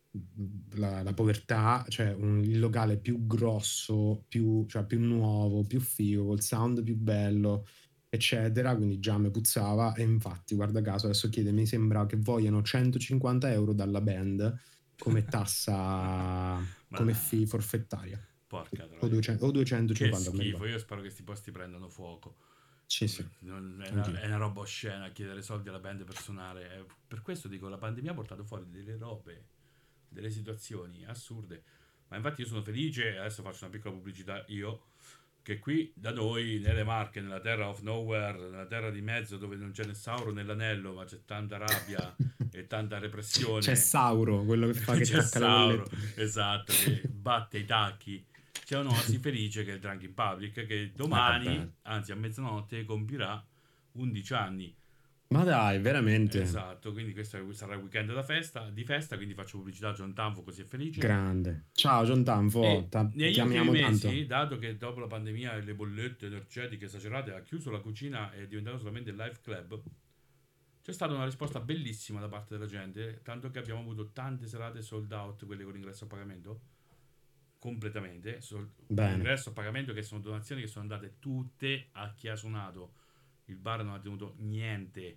la povertà, cioè il locale più grosso, più nuovo, più figo, col sound più bello, eccetera, quindi già mi puzzava. E infatti guarda caso adesso mi sembra che vogliano 150 euro dalla band come tassa come fee forfettaria. Porca o 250. Che schifo, io spero che questi posti prendano fuoco. Sì. È una roba oscena chiedere soldi alla band per suonare. Per questo dico, la pandemia ha portato fuori delle robe, delle situazioni assurde. Ma infatti io sono felice, adesso faccio una piccola pubblicità io, che qui da noi nelle Marche, nella terra of nowhere, nella terra di mezzo dove non c'è né Sauro né l'anello, ma c'è tanta rabbia e tanta repressione. C'è Sauro, quello che fa che c'è tocca Sauro, esatto, che batte i tacchi. C'è un oasi felice che è il Drunk in Public, che domani, anzi a mezzanotte, compirà 11 anni. Ma dai, veramente? Esatto, quindi questo sarà il weekend di festa, quindi faccio pubblicità a John Tanfo, così è felice. Ti ciao John Tanfo, negli amiamo ultimi mesi, tanto. dato che dopo la pandemia e le bollette energetiche esagerate ha chiuso la cucina e è diventato solamente il live club, c'è stata una risposta bellissima da parte della gente, tanto che abbiamo avuto tante serate sold out, quelle con ingresso a pagamento, completamente, ingresso a pagamento, che sono donazioni che sono andate tutte a chi ha suonato. Il bar non ha tenuto niente,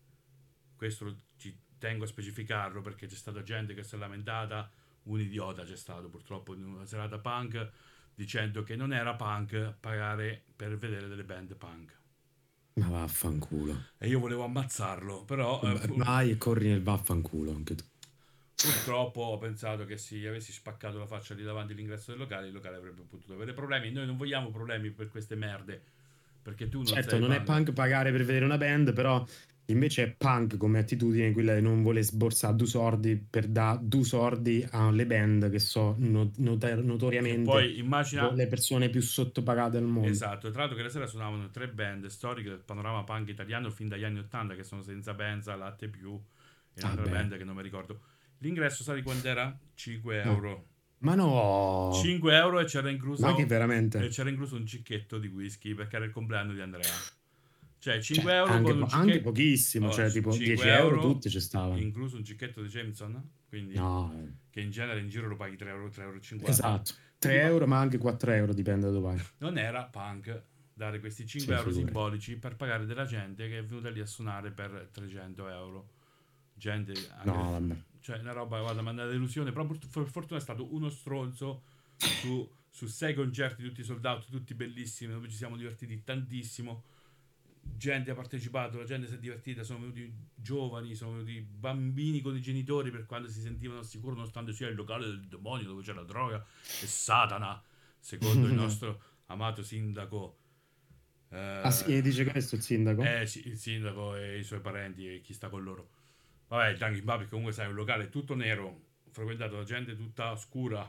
questo ci tengo a specificarlo perché c'è stata gente che si è lamentata, un idiota c'è stato purtroppo in una serata punk dicendo che non era punk pagare per vedere delle band punk. Ma vaffanculo. E io volevo ammazzarlo, però vai e corri nel vaffanculo anche tu. Purtroppo ho pensato che se avessi spaccato la faccia lì davanti all'ingresso del locale, il locale avrebbe potuto avere problemi. Noi non vogliamo problemi per queste merde, perché tu non certo non è punk pagare per vedere una band, però invece è punk come attitudine quella di non voler sborsare due soldi per dare due soldi alle band che so notoriamente poi immagina le persone più sottopagate al mondo. Esatto, tra l'altro che la sera suonavano 3 band storiche del panorama punk italiano fin dagli anni 80, che sono Senza Benza, Latte Più e un'altra band che non mi ricordo. L'ingresso sai quanto era? 5 euro. Ma no, 5 euro e c'era incluso, ma che veramente? E c'era incluso un cicchetto di whisky perché era il compleanno di Andrea. Cioè 5 euro anche, con un cicchetto, anche pochissimo, cioè tipo 10 euro tutti ci stavano. Incluso un cicchetto di Jameson, quindi che in genere in giro lo paghi 3 euro, 3,50 euro. Esatto, 3 euro ma anche 4 euro, dipende da dove vai. Non era punk dare questi 5 euro simbolici per pagare della gente che è venuta lì a suonare per 300 euro. Gente anche, no, vabbè. Cioè una roba, guarda, ma una delusione, però per fortuna è stato uno stronzo su 6 concerti tutti sold out, tutti bellissimi, dove ci siamo divertiti tantissimo. Gente ha partecipato, la gente si è divertita, sono venuti giovani, sono venuti bambini con i genitori per quando si sentivano al sicuro, nonostante sia il locale del demonio dove c'è la droga e Satana, secondo il nostro amato sindaco. Sì, dice questo il sindaco? Sì, il sindaco e i suoi parenti e chi sta con loro. Vabbè, il Drunk in Public comunque sai, è un locale tutto nero, frequentato da gente tutta oscura.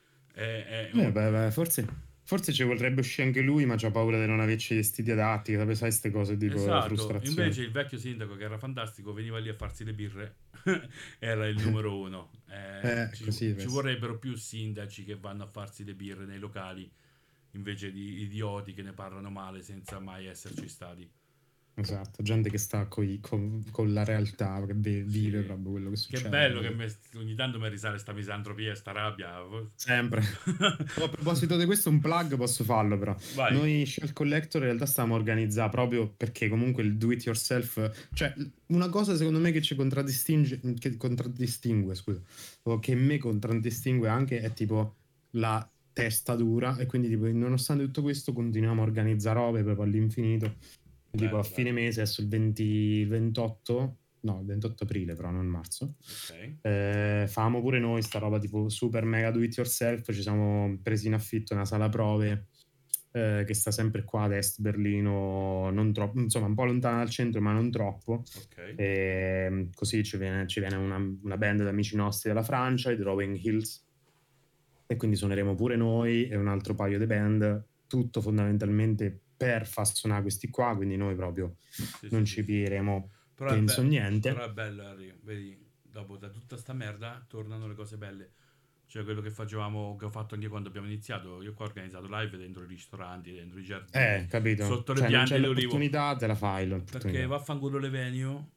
Forse ci vorrebbe uscire anche lui, ma c'ha paura di non averci i vestiti adatti, sai queste cose tipo frustrazione. Invece il vecchio sindaco, che era fantastico, veniva lì a farsi le birre, era il numero uno. Ci vorrebbero più sindaci che vanno a farsi le birre nei locali invece di idioti che ne parlano male senza mai esserci stati. Esatto, gente che sta con la realtà, che vive proprio quello che succede. Che bello che ogni tanto mi risale sta misantropia e sta rabbia. Sempre. A proposito di questo, un plug posso farlo però. Vai. Noi Shell Collector in realtà stiamo organizzando proprio perché comunque il do it yourself, cioè una cosa secondo me che ci contraddistingue, scusa, o che me contraddistingue anche è tipo la testa dura, e quindi tipo, nonostante tutto questo continuiamo a organizzare robe proprio all'infinito. Tipo a fine mese, adesso il 28 aprile, però non marzo. Famo pure noi sta roba tipo super mega do it yourself. Ci siamo presi in affitto una sala prove che sta sempre qua ad est Berlino, non troppo, insomma un po' lontana dal centro ma non troppo. E così ci viene una band di amici nostri della Francia, i Drawing Hills, e quindi suoneremo pure noi e un altro paio di band, tutto fondamentalmente per far suonare questi qua, quindi noi proprio non ci piremo, penso niente. Però è bello, Harry, vedi, dopo da tutta sta merda tornano le cose belle. Cioè quello che ho fatto anche quando abbiamo iniziato. Io qua ho organizzato live dentro i ristoranti, dentro i giardini, capito, sotto le cioè, piante non c'è d'olivo. L'opportunità te la fai, perché vaffanculo le venue,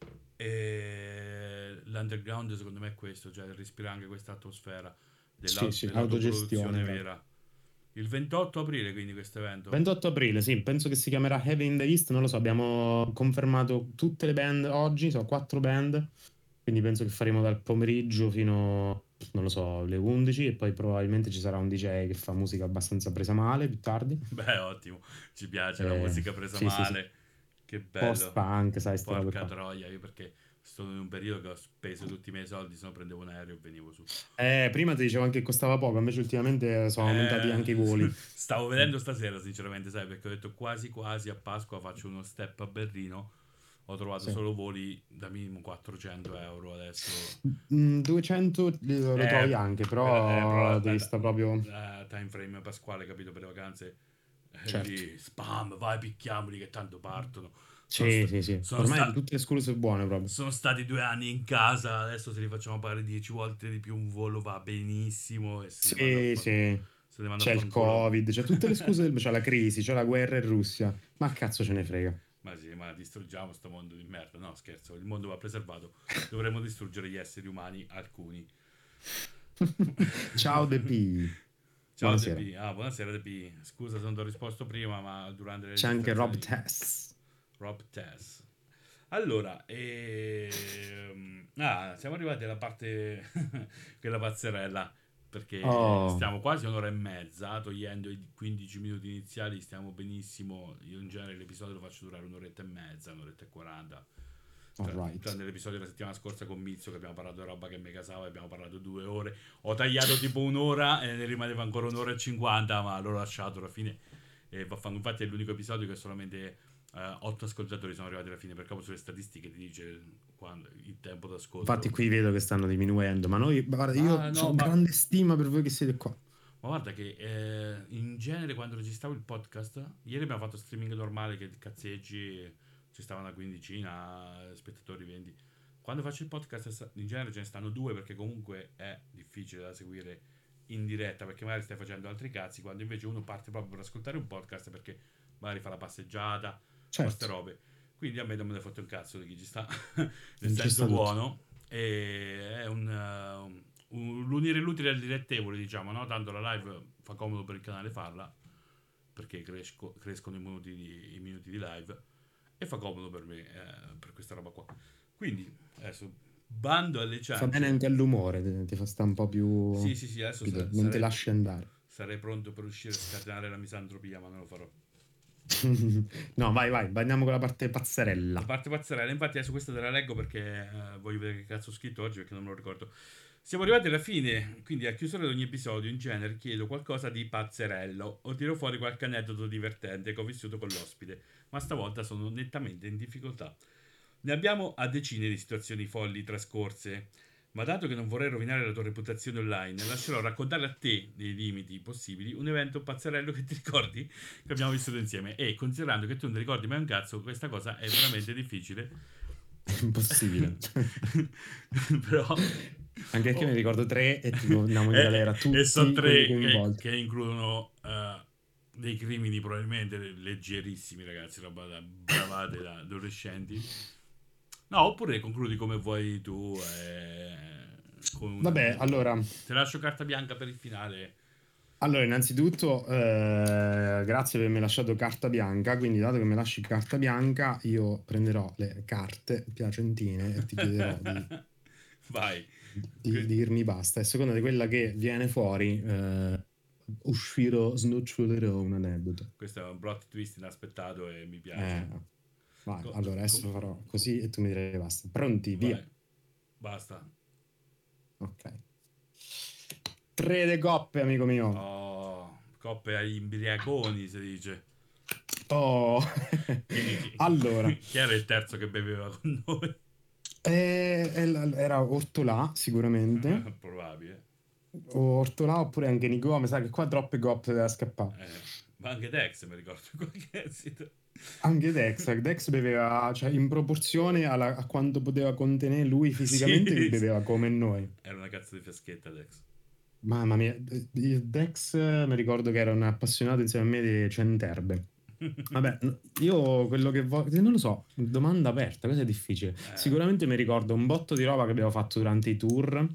e l'underground secondo me è questo, cioè respirare anche questa atmosfera dell'autogestione vera. Il 28 aprile quindi questo evento. 28 aprile, sì, penso che si chiamerà Heaven in the East, non lo so, abbiamo confermato tutte le band oggi, sono 4 band, quindi penso che faremo dal pomeriggio fino, non lo so, alle 11, e poi probabilmente ci sarà un DJ che fa musica abbastanza presa male più tardi. Beh, ottimo, ci piace la musica presa male. Sì. Che bello. Post-punk, sai, porca troia, io perché sono in un periodo che ho speso tutti i miei soldi, se no prendevo un aereo e venivo su. Prima ti dicevo anche che costava poco, invece ultimamente sono aumentati anche i voli. Stavo vedendo stasera, sinceramente, sai, perché ho detto quasi a Pasqua faccio uno step a Berlino. Ho trovato solo voli da minimo 400 euro adesso. 200 lo trovi anche, però devi sta proprio... time frame pasquale, capito, per le vacanze. Certo. Lì, spam, vai, picchiamoli che tanto partono. Sì. Ormai tutte le scuse sono buone proprio. Sono stati 2 anni in casa, adesso se li facciamo pagare 10 volte di più un volo va benissimo. E sì. C'è il Covid, c'è tutte le scuse, c'è la crisi, c'è la guerra in Russia. Ma cazzo ce ne frega. Ma sì, ma distruggiamo sto mondo di merda. No, scherzo, il mondo va preservato. Dovremmo distruggere gli esseri umani, alcuni. Ciao De P. Ciao buonasera. De P. Buonasera De P. Scusa se non ti ho risposto prima, ma durante le c'è anche Rob Tess. Allora, siamo arrivati alla parte quella pazzerella, perché stiamo quasi un'ora e mezza, togliendo i 15 minuti iniziali, stiamo benissimo. Io in genere l'episodio lo faccio durare un'oretta e mezza, un'oretta e 40. Tranne l'episodio della settimana scorsa con Mizzo, che abbiamo parlato di roba che mi casava, abbiamo parlato 2 ore. Ho tagliato tipo un'ora e ne rimaneva ancora un'ora e 50, ma l'ho lasciato alla fine. Infatti è l'unico episodio che solamente 8 ascoltatori sono arrivati alla fine, perché proprio sulle statistiche ti dice il tempo d'ascolto. Infatti qui vedo che stanno diminuendo, ma noi, guarda, io ho grande stima per voi che siete qua. Ma guarda che in genere quando registravo il podcast, ieri abbiamo fatto streaming normale, che cazzeggi, ci stavano una quindicina spettatori, 20. Quando faccio il podcast in genere ce ne stanno 2, perché comunque è difficile da seguire in diretta, perché magari stai facendo altri cazzi, quando invece uno parte proprio per ascoltare un podcast perché magari fa la passeggiata, queste robe. Quindi a me non me ne fotte un cazzo di chi ci sta, nel senso buono. E è l'unire l'utile al dilettevole, diciamo, no? Tanto la live fa comodo per il canale farla, perché crescono i minuti di live, e fa comodo per me, per questa roba qua. Quindi adesso bando alle ciance. Fa bene anche all'umore, ti fa stare un po' più... Sì, adesso non ti lasci andare. Sarei pronto per uscire a scatenare la misantropia, ma non lo farò. No, vai, andiamo con la parte pazzerella. La parte pazzerella, infatti adesso questa te la leggo perché voglio vedere che cazzo ho scritto oggi, perché non me lo ricordo. Siamo arrivati alla fine, quindi a chiusura di ogni episodio in genere chiedo qualcosa di pazzerello o tiro fuori qualche aneddoto divertente che ho vissuto con l'ospite, ma stavolta sono nettamente in difficoltà. Ne abbiamo a decine di situazioni folli trascorse, ma dato che non vorrei rovinare la tua reputazione online, lascerò raccontare a te, nei limiti possibili, un evento pazzerello che ti ricordi che abbiamo vissuto insieme. E considerando che tu non ti ricordi mai un cazzo, questa cosa è veramente difficile. È impossibile. Però... Anche perché ne ricordo 3 e ti andiamo in galera tutti. E sono 3 che includono dei crimini probabilmente leggerissimi, ragazzi, roba da bravate da adolescenti. No, oppure concludi come vuoi tu. Vabbè, allora... Ti lascio carta bianca per il finale. Allora, innanzitutto, grazie per avermi lasciato carta bianca. Quindi, dato che mi lasci carta bianca, io prenderò le carte piacentine e ti chiederò di... Vai. di dirmi basta. E secondo te quella che viene fuori, snocciolerò un aneddoto. Questo è un plot twist inaspettato e mi piace. Vai, allora adesso farò così e tu mi direi basta. Pronti, via. Vai. Basta. Ok. 3 de coppe, amico mio. Oh, coppe agli imbriaconi, si dice. Oh. Allora. Chi era il terzo che beveva con noi? Era Ortolà, sicuramente. Probabile. O Ortolà oppure anche Nico, mi sa che qua troppe coppe deve scappare. Ma anche Dex, mi ricordo qualche esito. Anche Dex beveva, cioè in proporzione a quanto poteva contenere lui fisicamente, lui beveva come noi. Era una cazzo di fiaschetta Dex. Mamma mia, Dex mi ricordo che era un appassionato insieme a me di centerbe. Vabbè, io quello che voglio, non lo so, domanda aperta, questo è difficile. Sicuramente mi ricordo un botto di roba che abbiamo fatto durante i tour.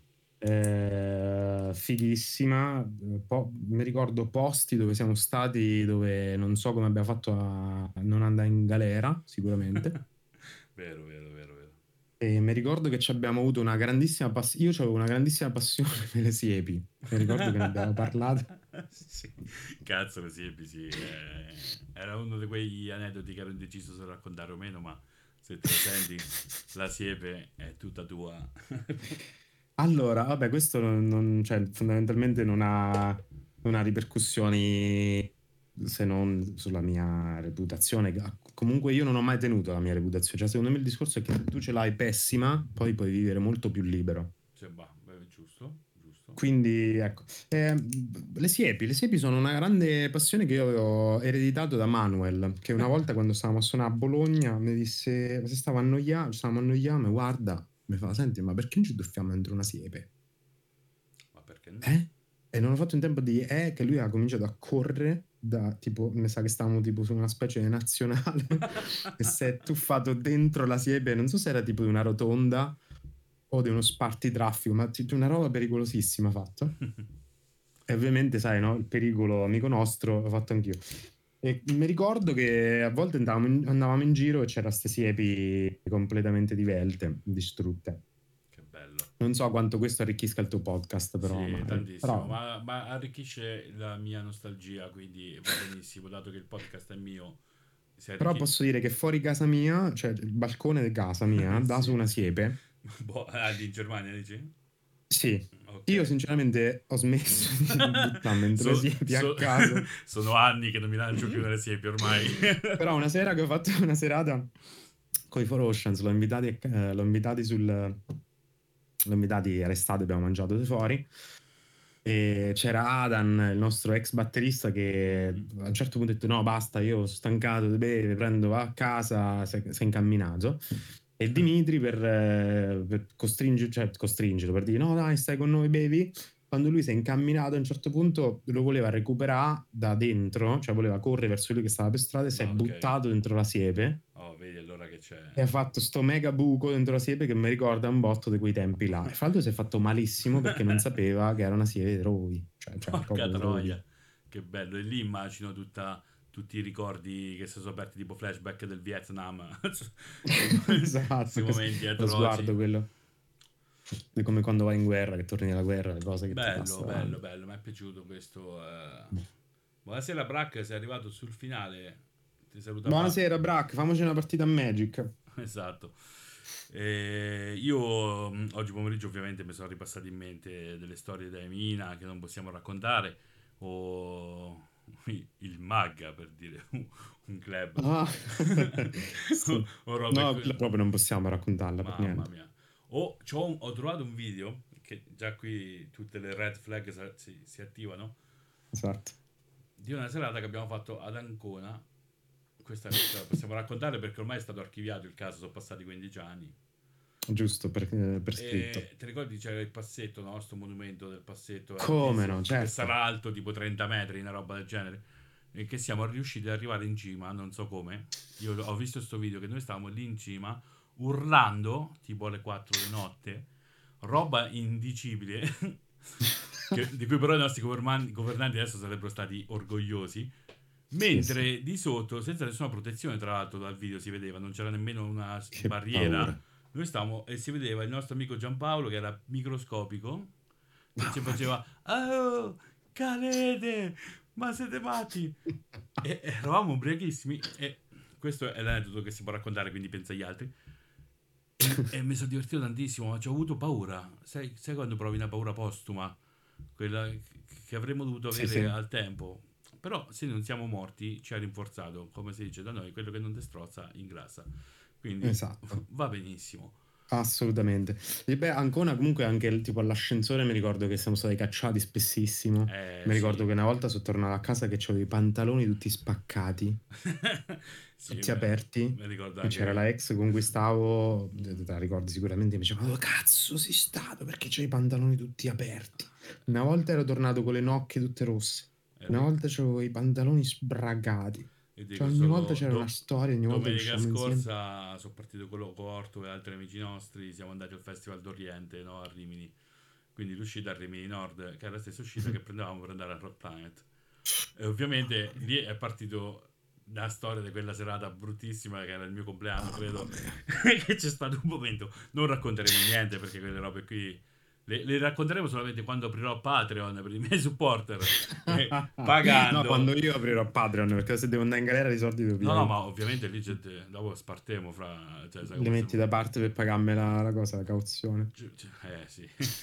Fighissima. Mi ricordo posti dove siamo stati, dove non so come abbiamo fatto a non andare in galera, sicuramente. Vero. E mi ricordo che ci abbiamo avuto una grandissima passione. Io avevo una grandissima passione per le siepi. Mi ricordo che ne abbiamo parlato. Sì. Cazzo, le siepi, sì. Era uno di quegli aneddoti che ero indeciso se raccontare o meno, ma se te lo senti, la siepe è tutta tua. Allora, vabbè, questo cioè, fondamentalmente non ha ripercussioni se non sulla mia reputazione. Comunque io non ho mai tenuto la mia reputazione. Cioè, secondo me il discorso è che se tu ce l'hai pessima, poi puoi vivere molto più libero. Cioè, giusto. Quindi, ecco. Le siepi sono una grande passione che io avevo ereditato da Manuel, che una volta quando stavamo a suonare a Bologna mi disse, se stavamo a annoiare, guarda, mi fa, senti, ma perché non ci tuffiamo dentro una siepe? Ma perché no? E non ho fatto in tempo di che lui ha cominciato a correre da tipo, mi sa che stavamo tipo su una specie di nazionale e si è tuffato dentro la siepe, non so se era tipo di una rotonda o di uno spartitraffico, ma una roba pericolosissima fatto. E ovviamente sai, no, il pericolo amico nostro l'ho fatto anch'io. E mi ricordo che a volte andavamo in giro e c'era ste siepi completamente divelte, distrutte. Che bello. Non so quanto questo arricchisca il tuo podcast, però. Sì, tantissimo, ma arricchisce la mia nostalgia, quindi va benissimo, dato che il podcast è mio. Però posso dire che fuori casa mia, cioè il balcone di casa mia, dà su una siepe. Lì in Germania, dici? Sì, okay. Io sinceramente ho smesso di buttare dentro le siepi a caso. Sono anni che non mi lancio più nelle siepi ormai. Però una sera che ho fatto una serata con i For Oceans, l'ho invitati all'estate, abbiamo mangiato fuori e c'era Adan, il nostro ex batterista, che a un certo punto ha detto no basta, io sono stancato di bere, va a casa, si è incamminato. E Dimitri per costringerlo, per dire no dai stai con noi bevi, quando lui si è incamminato a un certo punto lo voleva recuperare da dentro, cioè voleva correre verso lui che stava per strada e si è buttato dentro la siepe. Oh, vedi allora che c'è. E ha fatto sto mega buco dentro la siepe che mi ricorda un botto di quei tempi là. E fra l'altro si è fatto malissimo perché non sapeva che era una siepe di Rovi. Porca troia, che bello. E lì immagino tutti i ricordi che si sono aperti, tipo flashback del Vietnam. Esatto, momenti lo sguardo quello è come quando vai in guerra, che torni alla guerra, le cose che bello, mi è piaciuto questo. Buonasera Brack, sei arrivato sul finale, ti saluto. Buonasera Brack, famoci una partita a Magic. Esatto. Io oggi pomeriggio ovviamente mi sono ripassati in mente delle storie da Emina che non possiamo raccontare, o il Magga, per dire un club. Sì. No, proprio non possiamo raccontarla. Mamma mia. Ho trovato un video che già qui tutte le red flag si attivano. Esatto. Di una serata che abbiamo fatto ad Ancona. Questa la possiamo raccontare perché ormai è stato archiviato il caso, sono passati 15 anni. Giusto, per scritto. Ti ricordi c'era il passetto, no? Sto monumento del passetto. Come no, certo. Che sarà alto tipo 30 metri, una roba del genere. E che siamo riusciti ad arrivare in cima, non so come. Io ho visto questo video che noi stavamo lì in cima urlando tipo alle 4 di notte, roba indicibile di cui però i nostri governanti adesso sarebbero stati orgogliosi, mentre di sotto, senza nessuna protezione, tra l'altro dal video si vedeva, non c'era nemmeno una barriera, noi stavamo e si vedeva il nostro amico Giampaolo che era microscopico e ci faceva "Oh, cadete, ma siete matti", e eravamo ubriachissimi, e questo è l'aneddoto che si può raccontare, quindi pensa agli altri. E mi sono divertito tantissimo, ma ci ho avuto paura. Sai quando provi una paura postuma, quella che avremmo dovuto avere al tempo. Però se non siamo morti ci ha rinforzato, come si dice da noi, quello che non destrozza ingrassa. Quindi va benissimo. Assolutamente. E beh, Ancona comunque anche tipo all'ascensore mi ricordo che siamo stati cacciati spessissimo. Mi ricordo che una volta sono tornato a casa che avevo i pantaloni tutti spaccati, tutti aperti. Mi ricordo e c'era la ex con cui stavo, te la ricordi sicuramente, mi diceva: "Ma dove cazzo sei stato? Perché c'hai i pantaloni tutti aperti?" Una volta ero tornato con le nocche tutte rosse, una volta c'avevo i pantaloni sbragati. Cioè, ogni volta c'era una storia, ogni volta domenica uscivamo scorsa insieme. sono partito con Orto e altri amici nostri, siamo andati al Festival d'Oriente, no, a Rimini, quindi l'uscita a Rimini Nord, che è la stessa uscita che prendevamo per andare a Rock Planet, e ovviamente lì è partito la storia di quella serata bruttissima che era il mio compleanno, credo. Che c'è stato un momento, non racconteremo niente perché quelle robe qui le racconteremo solamente quando aprirò Patreon per i miei supporter, pagando. No, quando io aprirò Patreon, perché se devo andare in galera di soldi devo No, ma ovviamente lì dopo spartemo fra... Cioè, le metti da parte per pagarmi la cosa, la cauzione. Sì.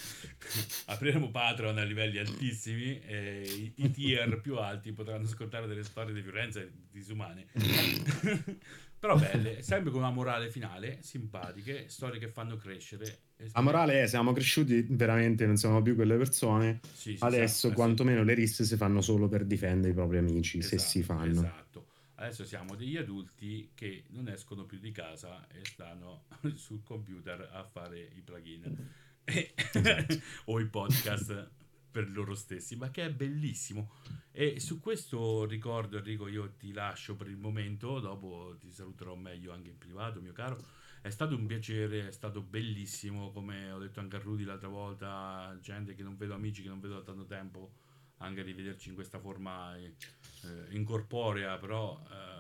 Apriremo Patreon a livelli altissimi e i tier più alti potranno ascoltare delle storie di violenza disumane. Però belle, sempre con una morale finale, simpatiche, storie che fanno crescere. La morale è: siamo cresciuti veramente, non siamo più quelle persone. Adesso quantomeno le risse si fanno solo per difendere i propri amici, se si fanno. Esatto. Adesso siamo degli adulti che non escono più di casa e stanno sul computer a fare i plugin o i podcast per loro stessi, ma che è bellissimo. E su questo ricordo, Enrico, io ti lascio per il momento, dopo ti saluterò meglio anche in privato, mio caro. È stato un piacere, è stato bellissimo, come ho detto anche a Rudy l'altra volta, gente che non vedo, amici che non vedo da tanto tempo, anche rivederci in questa forma incorporea, però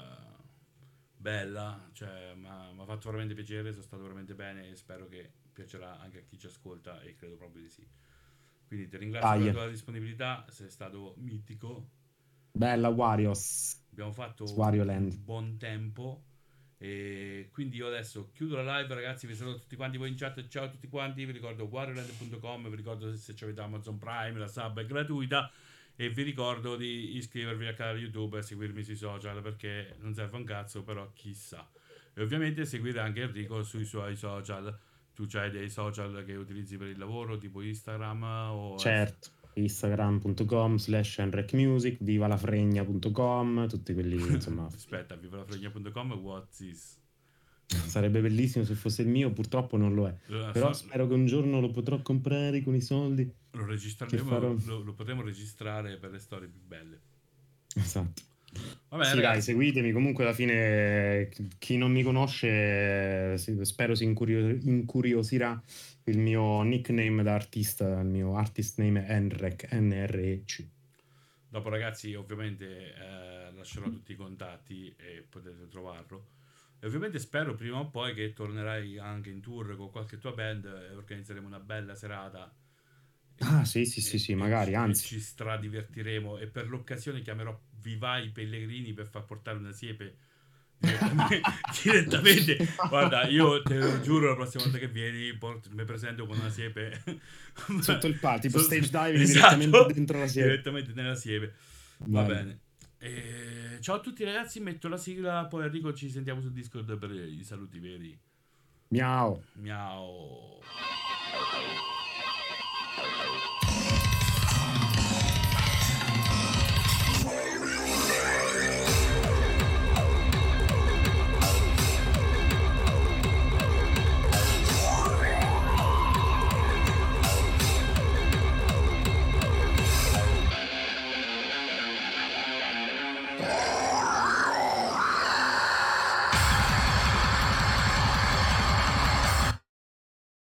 bella, cioè mi ha fatto veramente piacere, sono stato veramente bene e spero che piacerà anche a chi ci ascolta, e credo proprio di sì. Quindi ti ringrazio per la tua disponibilità, sei stato mitico. Bella Warriors. Abbiamo fatto Warioland. Un buon tempo. E quindi io adesso chiudo la live, ragazzi. Vi saluto tutti quanti voi in chat. Ciao a tutti quanti. Vi ricordo warioland.com. Vi ricordo se avete Amazon Prime, la sub è gratuita. E vi ricordo di iscrivervi al canale YouTube e seguirmi sui social, perché non serve un cazzo, però chissà. E ovviamente seguire anche Enrico sui suoi social. Tu c'hai dei social che utilizzi per il lavoro, tipo Instagram o... Certo, instagram.com/enrecmusic, vivalafregna.com, tutti quelli, insomma. Aspetta, vivalafregna.com, what's this? Sarebbe bellissimo se fosse il mio, purtroppo non lo è. Però spero che un giorno lo potrò comprare con i soldi. Lo registreremo, lo potremo registrare per le storie più belle. Esatto. Vabbè, sì, dai, seguitemi. Comunque alla fine chi non mi conosce spero si incuriosirà. Il mio nickname da artista, il mio artist name è Enrec, NREC. Dopo, ragazzi, ovviamente lascerò tutti i contatti e potete trovarlo. E ovviamente spero prima o poi che tornerai anche in tour con qualche tua band e organizzeremo una bella serata. Sì, magari, anzi. Ci stradivertiremo, e per l'occasione chiamerò Vivai Pellegrini per far portare una siepe direttamente. Guarda, io te lo giuro, la prossima volta che vieni mi presento con una siepe sotto il palco, tipo stage diving, esatto, direttamente dentro la siepe, direttamente nella siepe. Va bene. Ciao a tutti, ragazzi, metto la sigla, poi Enrico ci sentiamo su Discord per i saluti veri. Miau.